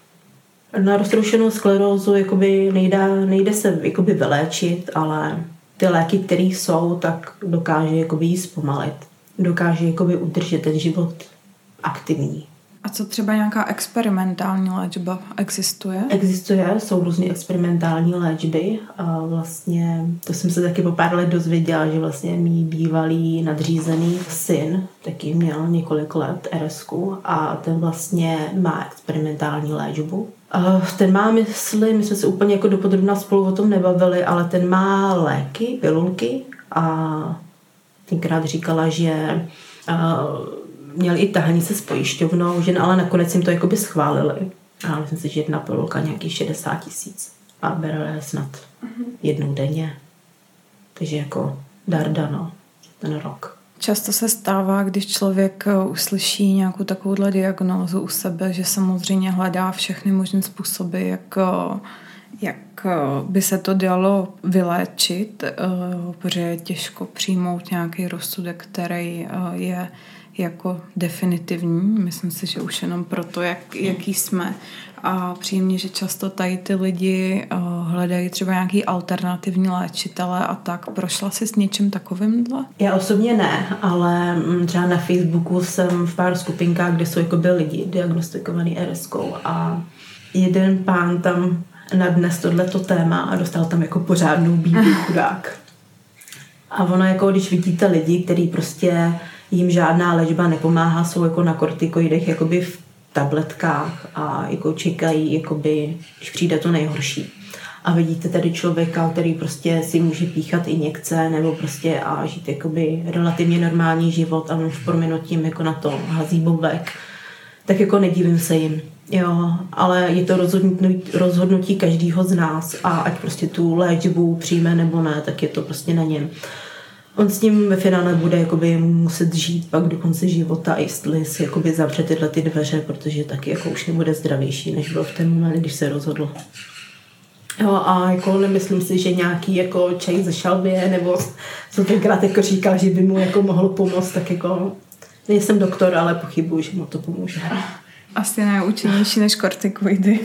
na roztroušenou sklerózu jakoby nejde se jakoby vyléčit, ale ty léky, které jsou, tak dokáže jakoby jí zpomalit. Dokáže jakoby udržet ten život aktivní. A co třeba nějaká experimentální léčba existuje? Existuje, jsou různé experimentální léčby a vlastně to jsem se taky po pár let dozvěděla, že vlastně mý bývalý nadřízený syn taky měl několik let RS-ku a ten vlastně má experimentální léčbu. Ten má, myslím, my jsme se úplně jako dopodrobna spolu o tom nebavili, ale ten má léky, pilulky a tenkrát říkala, že měli i tahanice s pojišťovnou, že ale nakonec jim to jakoby schválili. A myslím si, že jedna pilulka nějakých 60 000 a bere snad jednou denně. Takže jako dardano ten rok. Často se stává, když člověk uslyší nějakou takovouhle diagnózu u sebe, že samozřejmě hledá všechny možné způsoby, jak by se to dalo vyléčit, protože je těžko přijmout nějaký rozsudek, který je jako definitivní. Myslím si, že už jenom proto, jaký jsme. A příjemně, že často tady ty lidi hledají třeba nějaký alternativní léčitele a tak. Prošla jsi s něčím takovýmhle? Já osobně ne, ale třeba na Facebooku jsem v pár skupinkách, kde jsou jako byli lidi diagnostikovaný RS-kou a jeden pán tam nadnes tohleto téma a dostal tam jako pořádnou bíbí chudák. A ono jako, když vidíte lidi, kteří prostě jim žádná léčba nepomáhá, jsou jako na kortikoidech jakoby v tabletkách a jako čekají, jakoby, když přijde to nejhorší. A vidíte tady člověka, který prostě si může píchat injekce nebo prostě a žít jakoby relativně normální život a v prominutím jako na to hází bobek, tak jako nedivím se jim. Jo, ale je to rozhodnutí každého z nás a ať prostě tu léčbu přijme nebo ne, tak je to prostě na něm. On s tím ve finále bude jakoby muset žít pak do konce života, jestli si jakoby zavře tyhle ty dveře, protože taky jako už nebude zdravější, než byl v ten moment, když se rozhodl. Jo, a jako nemyslím si, že nějaký jako čaj ze šalbě, nebo co tenkrát jako říkal, že by mu jako mohlo pomoct, tak jako Nejsem doktor, ale pochybuju, že mu to pomůže. Asi neúčinnější než kortikoidy.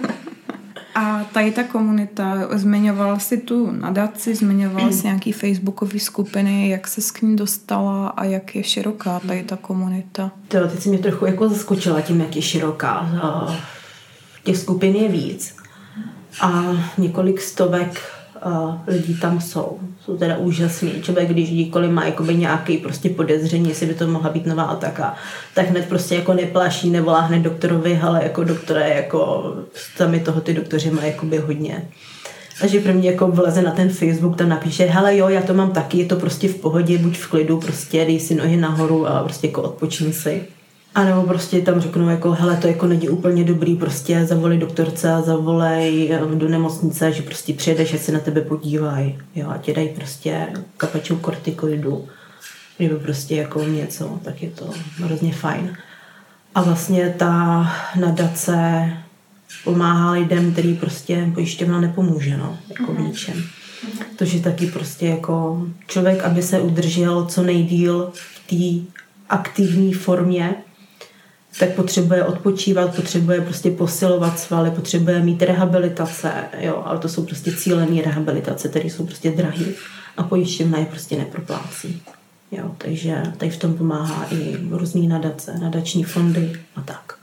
A tady ta komunita, zmiňovala si tu nadaci, zmiňovala si nějaký facebookové skupiny, jak se k ní dostala a jak je široká tady ta komunita? Teď si mě trochu jako zaskočila tím, jak je široká. Těch skupin je víc a několik stovek lidí tam jsou. Jsou teda úžasný. Člověk, když kdykoliv má jakoby nějaký prostě podezření, jestli by to mohla být nová ataka, tak hned prostě jako neplaší, nevolá hned doktorovi, ale jako doktore, jako sami toho ty doktoři mají jakoby hodně. A že pro mě jako vleze na ten Facebook, tam napíše, hele jo, já to mám taky, je to prostě v pohodě, buď v klidu, prostě dej si nohy nahoru a prostě jako odpočíň si. A nebo prostě tam řeknou jako, hele, to jako není úplně dobrý, prostě zavolej doktorce a zavolej do nemocnice, že prostě přijedeš, ať se na tebe podívají, jo, a ti dají prostě kapačou kortikoidu, nebo prostě jako něco, tak je to hrozně fajn. A vlastně ta nadace pomáhá lidem, který prostě pojišťovna nepomůže, no, jako v ničem. To, že taky prostě jako člověk, aby se udržel co nejdýl v té aktivní formě, tak potřebuje odpočívat, potřebuje prostě posilovat svaly, potřebuje mít rehabilitace, jo, ale to jsou prostě cílené rehabilitace, které jsou prostě drahé a pojišťovna je prostě neproplácí. Jo, takže tady v tom pomáhá i různý nadace, nadační fondy a tak.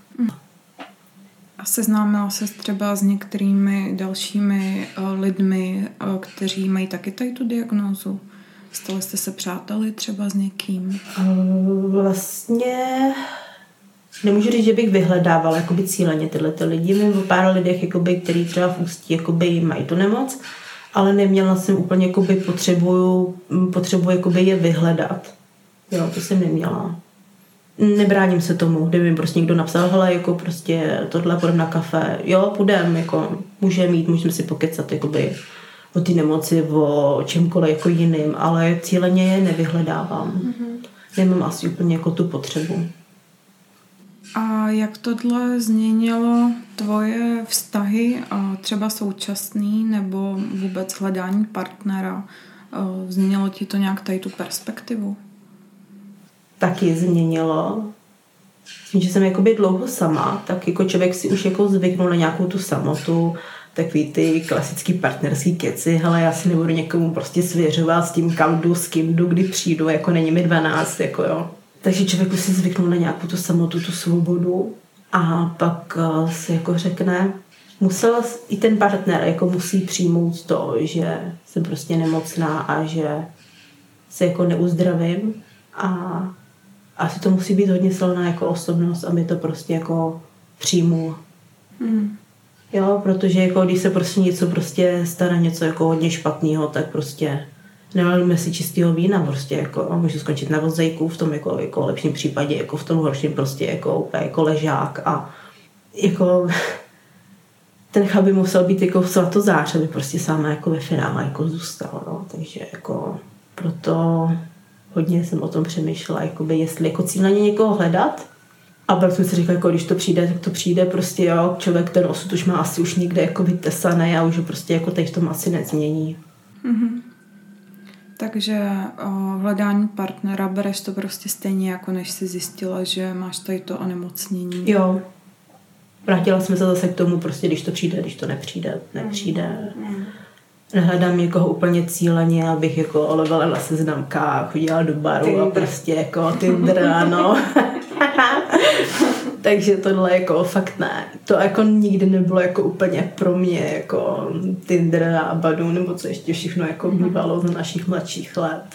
A seznámila se třeba s některými dalšími lidmi, kteří mají taky tady tu diagnózu? Stali jste se přáteli třeba s někým? Vlastně nemůžu říct, že bych vyhledávala jakoby cíleně tyhle lidi. Mím o pár lidech, jakoby, který třeba v Ústí jakoby, mají tu nemoc, ale neměla jsem úplně jakoby, potřebu jakoby, je vyhledat. Jo, to jsem neměla. Nebráním se tomu, kdyby mi prostě někdo napsal, hele, jako prostě tohle půjdem na kafe, jo, půjdem, jako můžeme si pokecat, jakoby, o té nemoci, o čemkoliv jako jiným, ale cíleně je nevyhledávám. Mm-hmm. Nemám asi úplně jako tu potřebu. A jak tohle změnilo tvoje vztahy, třeba současný nebo vůbec hledání partnera? Změnilo ti to nějak tady tu perspektivu? Taky změnilo. Že jsem jakoby dlouho sama, tak jako člověk si už jako zvyknul na nějakou tu samotu, takový ty klasický partnerský keci, hele, já si nebudu někomu prostě svěřovat s tím, kam jdu, s kým jdu, kdy přijdu, jako není mi 12, jako jo. Takže člověk už si zvyknul na nějakou tu samotu, tu svobodu a pak si jako řekne, musel i ten partner jako musí přijmout to, že jsem prostě nemocná a že se jako neuzdravím a asi to musí být hodně silná jako osobnost, aby to prostě jako přijmul. Jo, protože jako když se prostě něco prostě stane něco jako hodně špatného, tak prostě nemalíme si čistého vína, prostě jako můžu skončit na vozejku v tom jako lepším případě, jako v tom horším prostě jako ležák a jako ten chlap musel být jako svatozář, aby prostě sám jako ve finále jako zůstal, no, takže jako proto hodně jsem o tom přemýšlela, jakoby jestli jako cíleně někoho hledat. A pak jsem si říkala, jako když to přijde, tak to přijde prostě, jo, člověk ten osud už má asi už někde jako vytesaný a už ho prostě jako teď v tom asi nezmění. Mm-hmm. Takže hledání partnera bereš to prostě stejně, jako než jsi zjistila, že máš tady to onemocnění. Jo. Vrátila jsem se zase k tomu, prostě když to přijde, když to nepřijde. Nehledám někoho úplně cíleně, abych jako olovala na seznamkách, chodila do baru Tinder. A prostě jako Tinder, ano. Takže tohle jako fakt ne. To jako nikdy nebylo jako úplně pro mě jako Tinder a Badu, nebo co ještě všechno jako bývalo z našich mladších let.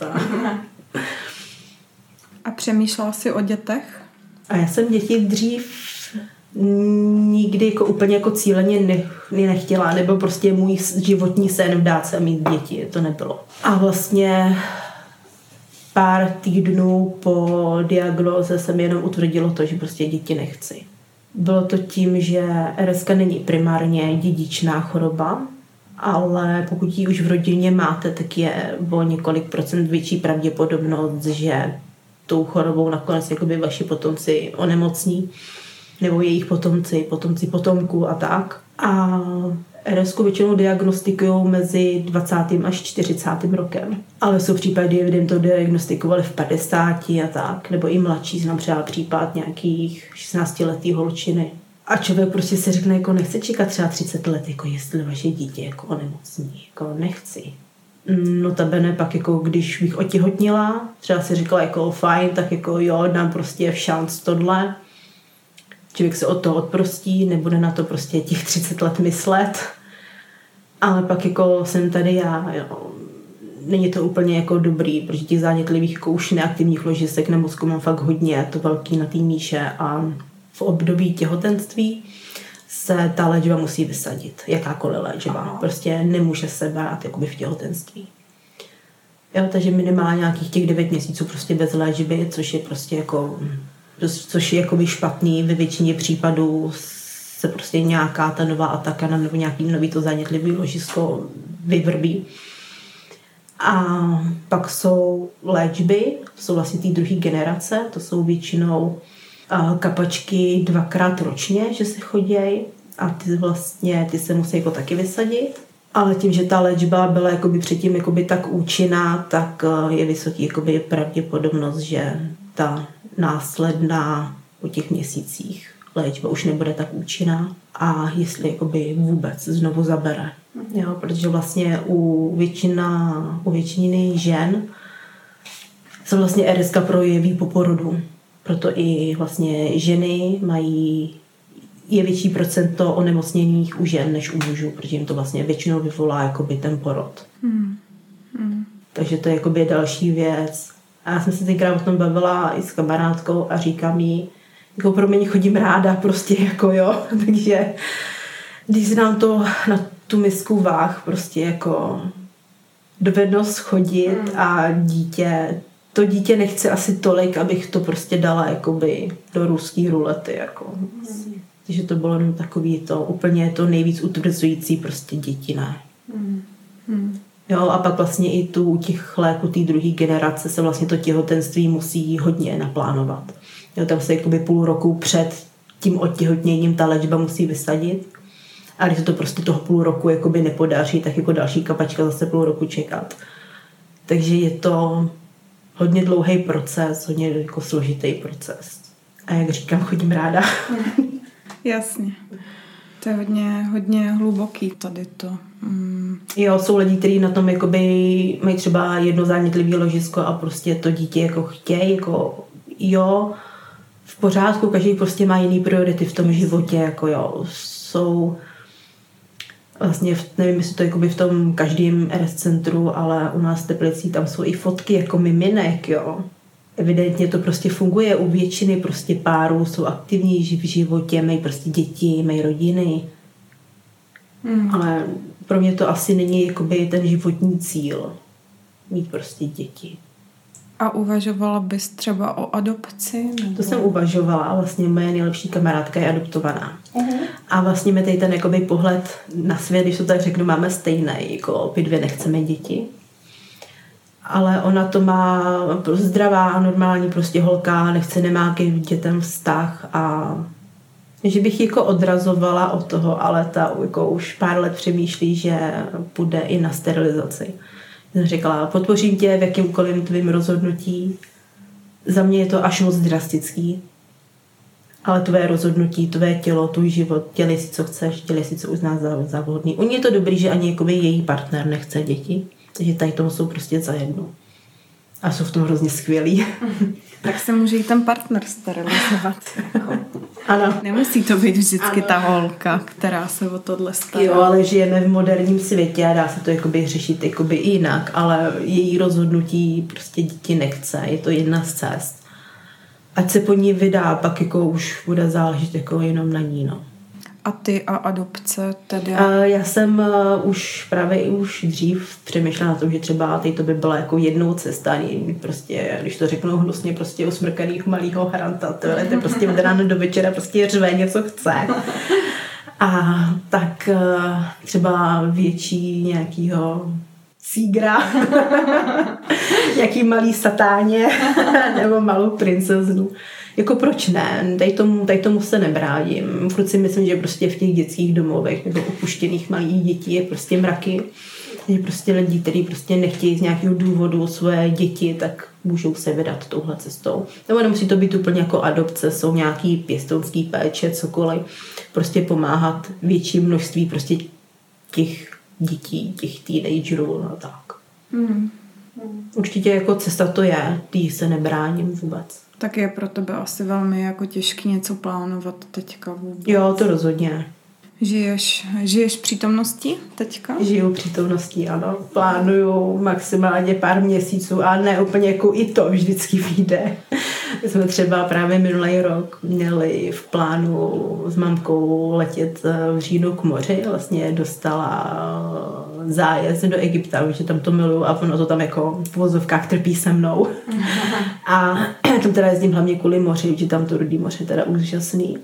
A přemýšlela jsi o dětech? A já jsem děti dřív nikdy jako úplně jako cíleně nechtěla, nebo prostě můj životní sen vdát se mít děti, to nebylo. A vlastně pár týdnů po diagnóze se mi jenom utvrdilo to, že prostě děti nechci. Bylo to tím, že RSK není primárně dědičná choroba, ale pokud ji už v rodině máte, tak je o několik procent větší pravděpodobnost, že tou chorobou nakonec jakoby vaši potomci onemocní, nebo jejich potomci potomků a tak. A RS-ku většinou diagnostikují mezi 20. až 40. rokem. Ale jsou případy, kdy jim to diagnostikovali v 50 a tak, nebo i mladší, znám třeba případ nějakých 16letý holčiny. A člověk prostě si řekne, jako nechce čekat třeba 30 let, jako jestli vaše dítě jako onemocní, jako nechci. Notabene pak, jako když bych otěhotnila, třeba si říkala, jako fajn, tak jako jo, dám prostě v šanc tohle. Člověk se od toho odprostí, nebude na to prostě těch 30 let myslet. Ale pak jako jsem tady já, jo. Není to úplně jako dobrý, protože těch zánětlivých jako už neaktivních ložisek na mozku mám fakt hodně, je to velký na té míše a v období těhotenství se ta léčba musí vysadit, jakákoliv léčba. Aha. Prostě nemůže se brát jakoby v těhotenství. Jo, takže minimálně nějakých těch 9 měsíců prostě bez léčby, což je prostě jako, což je jakoby špatný. Ve většině případů se prostě nějaká ta nová ataka nebo nějaký nový to zánětlivý ložisko vyvrbí. A pak jsou léčby, jsou vlastně ty druhé generace, to jsou většinou kapačky 2krát ročně, že se chodějí a ty se musí jako taky vysadit. Ale tím, že ta léčba byla jakoby předtím jakoby tak účinná, tak je vysoký jakoby pravděpodobnost, že ta následná po těch měsících léčba už nebude tak účinná a jestli jakoby vůbec znovu zabere. Jo, protože vlastně u většiny žen se vlastně RSK projeví po porodu. Proto i vlastně ženy je větší procento onemocněných u žen než u mužů, protože jim to vlastně většinou vyvolá jakoby ten porod. Takže to je jakoby další věc. A já jsem se tenkrát o tom bavila i s kamarádkou a říkám jí, jako pro mě chodím ráda prostě jako jo, takže když se nám to na tu misku váh prostě jako dovednost chodit a to dítě nechce asi tolik, abych to prostě dala jakoby do ruský rulety jako. Takže to bylo jenom takový to úplně to nejvíc utvrzující prostě děti, ne. Jo, a pak vlastně i u těch léků té druhé generace se vlastně to těhotenství musí hodně naplánovat. Jo, tam se jakoby půl roku před tím otěhotněním ta léčba musí vysadit. A když se to prostě toho půl roku jakoby nepodaří, tak jako další kapačka zase půl roku čekat. Takže je to hodně dlouhý proces, hodně jako složitý proces. A jak říkám, chodím ráda. Jasně. To je hodně hluboký tady to. Jo, jsou lidi, kteří na tom jakoby mají třeba jedno zánětlivý ložisko a prostě to dítě jako chtějí, jako jo, v pořádku, každý prostě má jiný priority v tom životě, jako jo, jsou vlastně, nevím, jestli to jakoby v tom každém RS centru, ale u nás v Teplicích tam jsou i fotky jako miminek, jo. Evidentně to prostě funguje u většiny prostě párů, jsou aktivní v životě, mají prostě děti, mají rodiny. Ale pro mě to asi není jakoby ten životní cíl, mít prostě děti. A uvažovala bys třeba o adopci? Nebo? To jsem uvažovala, vlastně moje nejlepší kamarádka je adoptovaná. A vlastně mi tady ten jakoby pohled na svět, když to tak řeknu, máme stejný, jako obě dvě nechceme děti. Ale ona to má zdravá, normální prostě holka, nemá k dětem vztah a že bych jako odrazovala od toho, ale ta jako už pár let přemýšlí, že půjde i na sterilizaci. Jsem říkala, podpořím tě v jakýmkoliv tvým rozhodnutí. Za mě je to až moc drastický. Ale tvé rozhodnutí, tvé tělo, tvůj život, dělej si, co chceš, dělej si, co uznáš za vhodný. U ní je to dobrý, že ani jakoby její partner nechce děti. Takže tady tomu jsou prostě zajedno. A jsou v tom hrozně skvělí. Tak se může i ten partner sterilizovat. Ano. Nemusí to být vždycky ta holka, která se o tohle stará. Jo, ale žijeme v moderním světě a dá se to jakoby řešit jakoby i jinak, ale její rozhodnutí prostě děti nechce. Je to jedna z cest. Ať se po ní vydá, pak jako už bude záležet jako jenom na ní, no. A ty a adopce tedy? Já jsem už dřív přemýšlela na tom, že třeba teď to by byla jako jednou cesta, prostě, když to řeknu hnusně, prostě usmrkaných malýho haranta, to je prostě od rána do večera prostě řve něco chce. A tak třeba větší nějakýho sígra, nějaký malý satáně nebo malou princeznu. jako proč ne, tady tomu se nebráním. Furt si myslím, že prostě v těch dětských domovech nebo opuštěných malých dětí je prostě mraky. Že prostě lidi, kteří prostě nechtějí z nějakého důvodu své děti, tak můžou se vydat touhle cestou. Nebo nemusí to být úplně jako adopce, jsou nějaký pěstounský péče, cokoliv. Prostě pomáhat větší množství prostě těch dětí, těch teenagerů, no tak. Určitě jako cesta to je, tý se nebráním vůbec. Tak je pro tebe asi velmi jako těžký něco plánovat teďka vůbec. Jo, to rozhodně. Žiješ přítomností teďka? Žiju přítomností, ano. Plánuju maximálně pár měsíců, ale ne úplně jako i to vždycky vyjde. My jsme třeba právě minulý rok měli v plánu s mamkou letět v říjnu k moři. Vlastně dostala zájezd do Egypta, že tam to miluju a ono to tam jako v vozovkách trpí se mnou. A tam teda jezdím hlavně kvůli moři, že tam to Rudý moře je teda úžasný.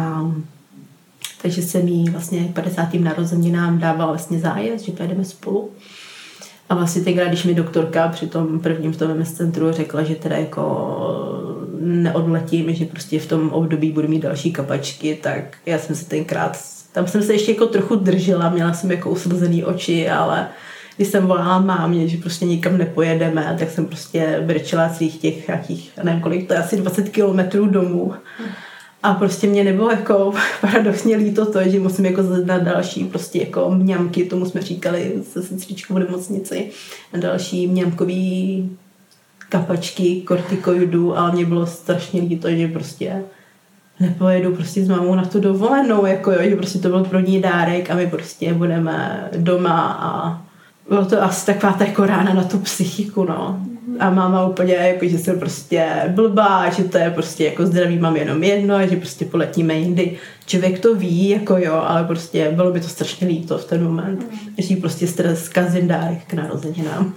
Takže jsem jí vlastně k 50. narozeninám dávala vlastně zájezd, že pojedeme spolu. A vlastně tenkrát, když mi doktorka při tom prvním v tom MS centru řekla, že teda jako neodletím, že prostě v tom období budu mít další kapačky, tak já jsem se tenkrát, tam jsem se ještě jako trochu držela, měla jsem jako uslzený oči, ale když jsem volala mámě, že prostě nikam nepojedeme, tak jsem prostě brčela svých těch nějakých, nevím kolik, to je asi 20 kilometrů domů. A prostě mě nebylo jako paradoxně líto to, že musím jako na další prostě jako mňamky, tomu jsme říkali se sestřičkou v nemocnici, na další mňamkový kapačky, kortikoidů, ale mě bylo strašně líto, že prostě nepojedu prostě s mámou na tu dovolenou, jako jo, že prostě to byl pro ní dárek a my prostě budeme doma a bylo to asi taková ta jako rána na tu psychiku, no. A máma úplně, jako, že jsem prostě blbá, že to je prostě jako zdraví mám jenom jedno, že prostě poletíme jindy. Člověk to ví, jako jo, ale prostě bylo by to strašně líto v ten moment, že jí prostě zkazím dárek k narozeninám.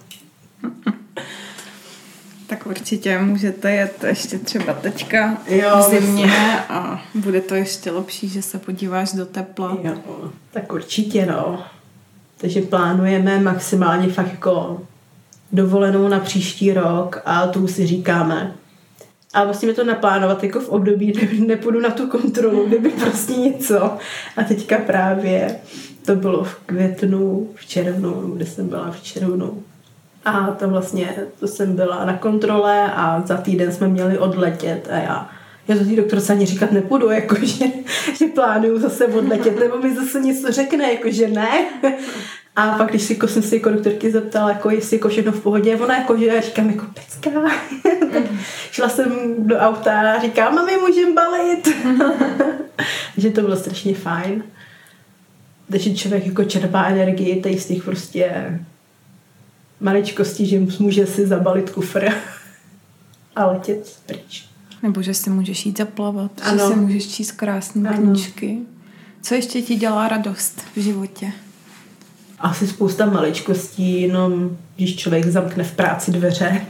Tak určitě můžete jet ještě třeba teďka v zimě a bude to ještě lepší, že se podíváš do tepla. Jo, tak určitě, no. Takže plánujeme maximálně fakt jako dovolenou na příští rok a tu si říkáme. A musíme to naplánovat jako v období, kdy nepůjdu na tu kontrolu, kdyby prostě něco. A teďka právě to bylo v květnu, v červnu, kde jsem byla v červnu. A to vlastně, to jsem byla na kontrole a za týden jsme měli odletět a já to tý doktorce ani říkat nepůjdu, jakože, že plánuju zase odletět, nebo mi zase něco řekne, jakože ne. A pak, když jsem se jako doktorky zeptala, jako jestli jako všechno v pohodě, ona jakože, já říkám jako pecka. Tak šla jsem do auta a říkám, mami, můžem balit. Takže to bylo strašně fajn. Takže člověk jako čerpá energii tady z těch prostě maličkostí, že může si zabalit kufr a letět pryč. Nebo že si můžeš jít zaplavat, ano. Že si můžeš číst krásné knížky. Co ještě ti dělá radost v životě? Asi spousta maličkostí, jenom když člověk zamkne v práci dveře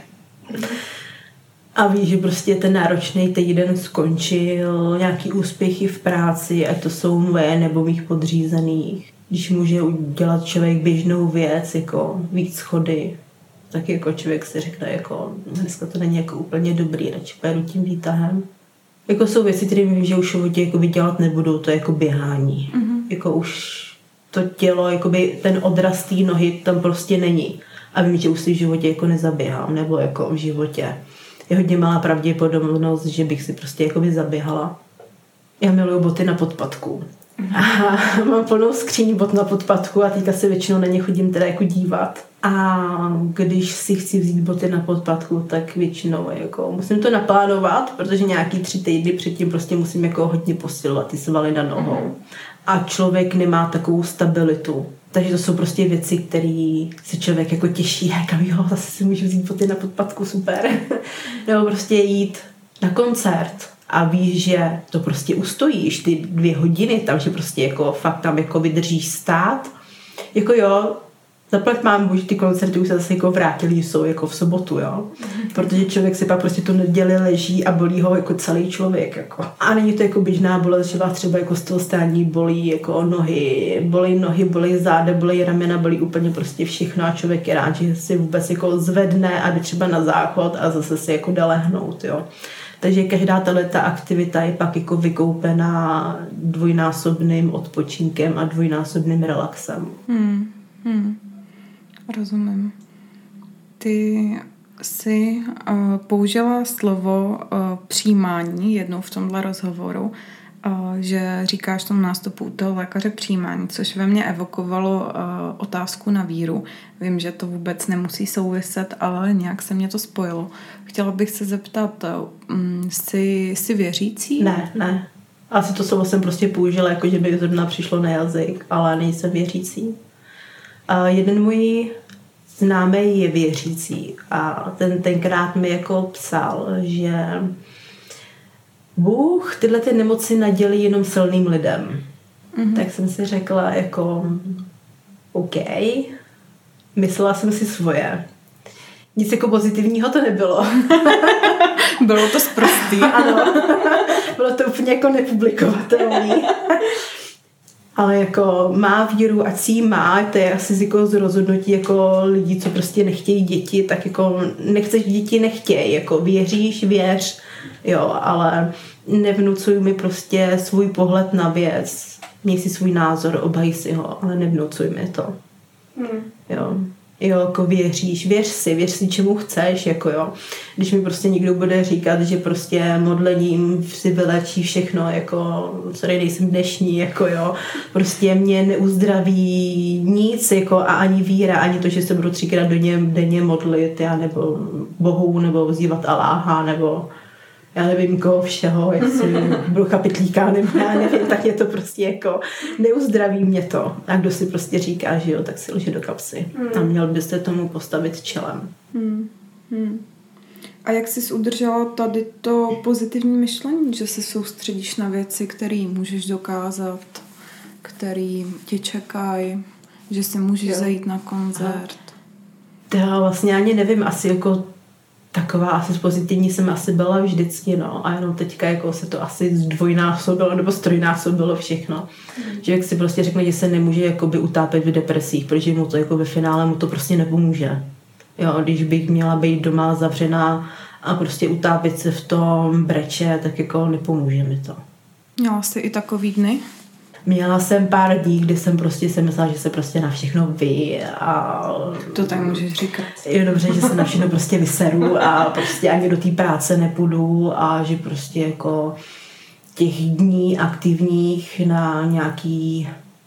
a ví, že prostě ten náročný týden skončil, nějaký úspěchy v práci, ať to jsou moje nebo mých podřízených. Když může udělat člověk běžnou věc, jako víc schody, tak jako člověk si řekne, jako dneska to není jako úplně dobrý, radši pojedu tím výtahem. Jako jsou věci, které vím, že už v životě jako dělat nebudou, to je jako běhání. Jako už to tělo, jakoby ten odraz té nohy tam prostě není. A vím, že už si v životě jako nezaběhám, nebo jako v životě je hodně malá pravděpodobnost, že bych si prostě jakoby zaběhala. Já miluju boty na podpatku. A mám plnou skříň bot na podpatku a teďka se většinou na ně chodím teda jako dívat. A když si chci vzít boty na podpatku, tak většinou jako musím to naplánovat, protože nějaký 3 týdny předtím prostě musím jako hodně posilovat ty svaly na nohou. A člověk nemá takovou stabilitu. Takže to jsou prostě věci, které se člověk jako těší. Říkám, jo, zase si můžu vzít boty na podpatku, super. Nebo prostě jít na koncert a víš, že to prostě ustojíš ty 2 hodiny tam, že prostě jako fakt tam jako vydržíš stát. Jako jo, zaplať mám, že ty koncerty už se zase jako vrátily, jsou jako v sobotu, jo. Protože člověk si pak prostě tu neděli leží a bolí ho jako celý člověk, jako. A není to jako běžná bolest, že vás třeba jako z toho stání bolí jako nohy, bolí záda, bolí ramena, bolí úplně prostě všechno a člověk je rád, že si vůbec jako zvedne, aby třeba na záchod a zase si jako dá lehnout, jo. Takže každá ta aktivita je pak jako vykoupená dvojnásobným odpočinkem a dvojnásobným relaxem. Rozumím. Ty jsi použila slovo přijímání jednou v tomhle rozhovoru, že říkáš tomu nástupu u toho lékaře přijímání, což ve mně evokovalo otázku na víru. Vím, že to vůbec nemusí souviset, ale nějak se mě to spojilo. Chtěla bych se zeptat, jsi věřící? Ne. Asi to slovo jsem prostě použila, jako že by zrovna přišlo na jazyk, ale nejsem věřící. Jeden můj známý je věřící a tenkrát mi jako psal, že Bůh tyhle ty nemoci nadělí jenom silným lidem. Tak jsem si řekla jako OK, myslela jsem si svoje. Nic jako pozitivního to nebylo. Bylo to sprostý. Ano, bylo to úplně jako nepublikovatelný. Ale jako má víru, ať si ji má, to je asi jako z rozhodnutí jako lidí, co prostě nechtějí děti, tak jako nechceš děti, nechtěj, jako věříš, věř, jo, ale nevnucuj mi prostě svůj pohled na věc, měj si svůj názor, obhaj si ho, ale nevnucuj mi to. Jo, jako věř si čemu chceš, jako jo. Když mi prostě někdo bude říkat, že prostě modlením si vylečí všechno, jako, sorry, nejsem dnešní, jako jo, prostě mě neuzdraví nic, jako a ani víra, ani to, že se budu 3krát denně modlit, já nebo Bohu, nebo vzývat Aláha, nebo já nevím koho všeho, jestli Brucha Pytlíka, nebo já nevím, tak je to prostě jako neuzdraví mě to. A kdo si prostě říká, že jo, tak si lže do kapsy. A měl byste tomu postavit čelem. A jak jsi udržela tady to pozitivní myšlení, že se soustředíš na věci, které můžeš dokázat, které tě čekají, že si můžeš zajít na koncert? Já vlastně ani nevím, asi jako taková asi pozitivní jsem asi byla vždycky, no. A jenom teďka jako se to asi zdvojnásobilo nebo strojnásobilo všechno. Že jak si prostě řekne, že se nemůže jakoby utápět v depresích, protože mu to jako ve finále mu to prostě nepomůže. Jo, když bych měla být doma zavřená a prostě utápět se v tom breče, tak jako nepomůže mi to. Měla jsi i takový dny? Měla jsem pár dní, kdy jsem prostě si myslela, že se prostě na všechno a... To tak můžeš říkat. Je dobře, že se na všechno prostě vyseru a prostě ani do té práce nepůjdu a že prostě jako těch dní aktivních na nějaký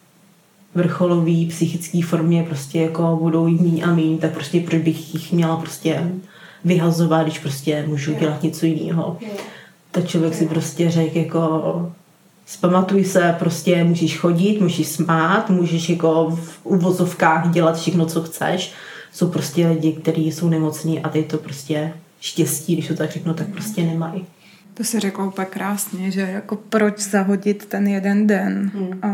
vrcholový psychický formě prostě jako budou jít míň a míň, tak prostě proč bych jich měla prostě vyhazovat, když prostě můžu dělat něco jiného. Tak člověk si prostě řekl jako zpamatuj se, prostě můžeš chodit, můžeš smát, můžeš jako v uvozovkách dělat všechno, co chceš. Jsou prostě lidi, kteří jsou nemocní a ty to prostě štěstí, když to tak řeknu, tak prostě nemají. To si řekla úplně krásně, že jako proč zahodit ten jeden den,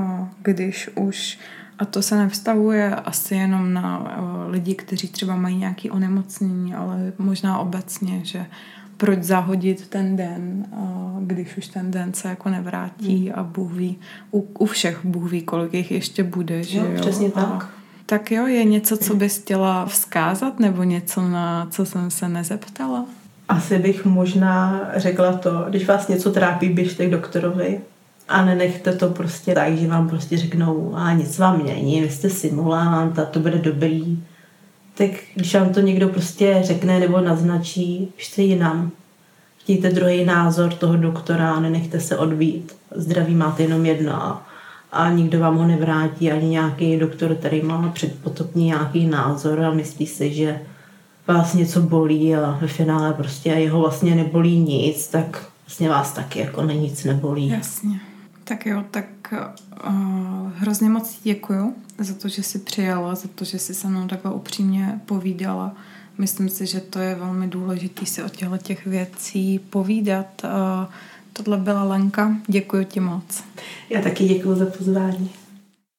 když už, a to se nevztahuje asi jenom na lidi, kteří třeba mají nějaké onemocnění, ale možná obecně, že proč zahodit ten den, když už ten den se jako nevrátí a Bůh ví, u všech Bůh ví, kolik jich ještě bude, že jo? Přesně tak. Tak jo, je něco, co bys chtěla vzkázat, nebo něco, na co jsem se nezeptala? Asi bych možná řekla to, když vás něco trápí, běžte k doktorovi a nenechte to prostě tak, že vám prostě řeknou, a nic vám není, vy jste simulant a to bude dobrý. Tak když vám to někdo prostě řekne nebo naznačí, běžte jinam. Chtějte druhý názor toho doktora, nenechte se odbít. Zdraví máte jenom jedno a nikdo vám ho nevrátí, ani nějaký doktor, který má předpotopný nějaký názor a myslí si, že vás něco bolí a ve finále prostě jeho vlastně nebolí nic, tak vlastně vás taky jako nic nebolí. Jasně. Tak jo, tak hrozně moc děkuju za to, že jsi přijala, za to, že jsi se mnou takhle upřímně povídala. Myslím si, že to je velmi důležité si o těch věcí povídat. Tohle byla Lenka. Děkuju ti moc. Já taky děkuju za pozvání.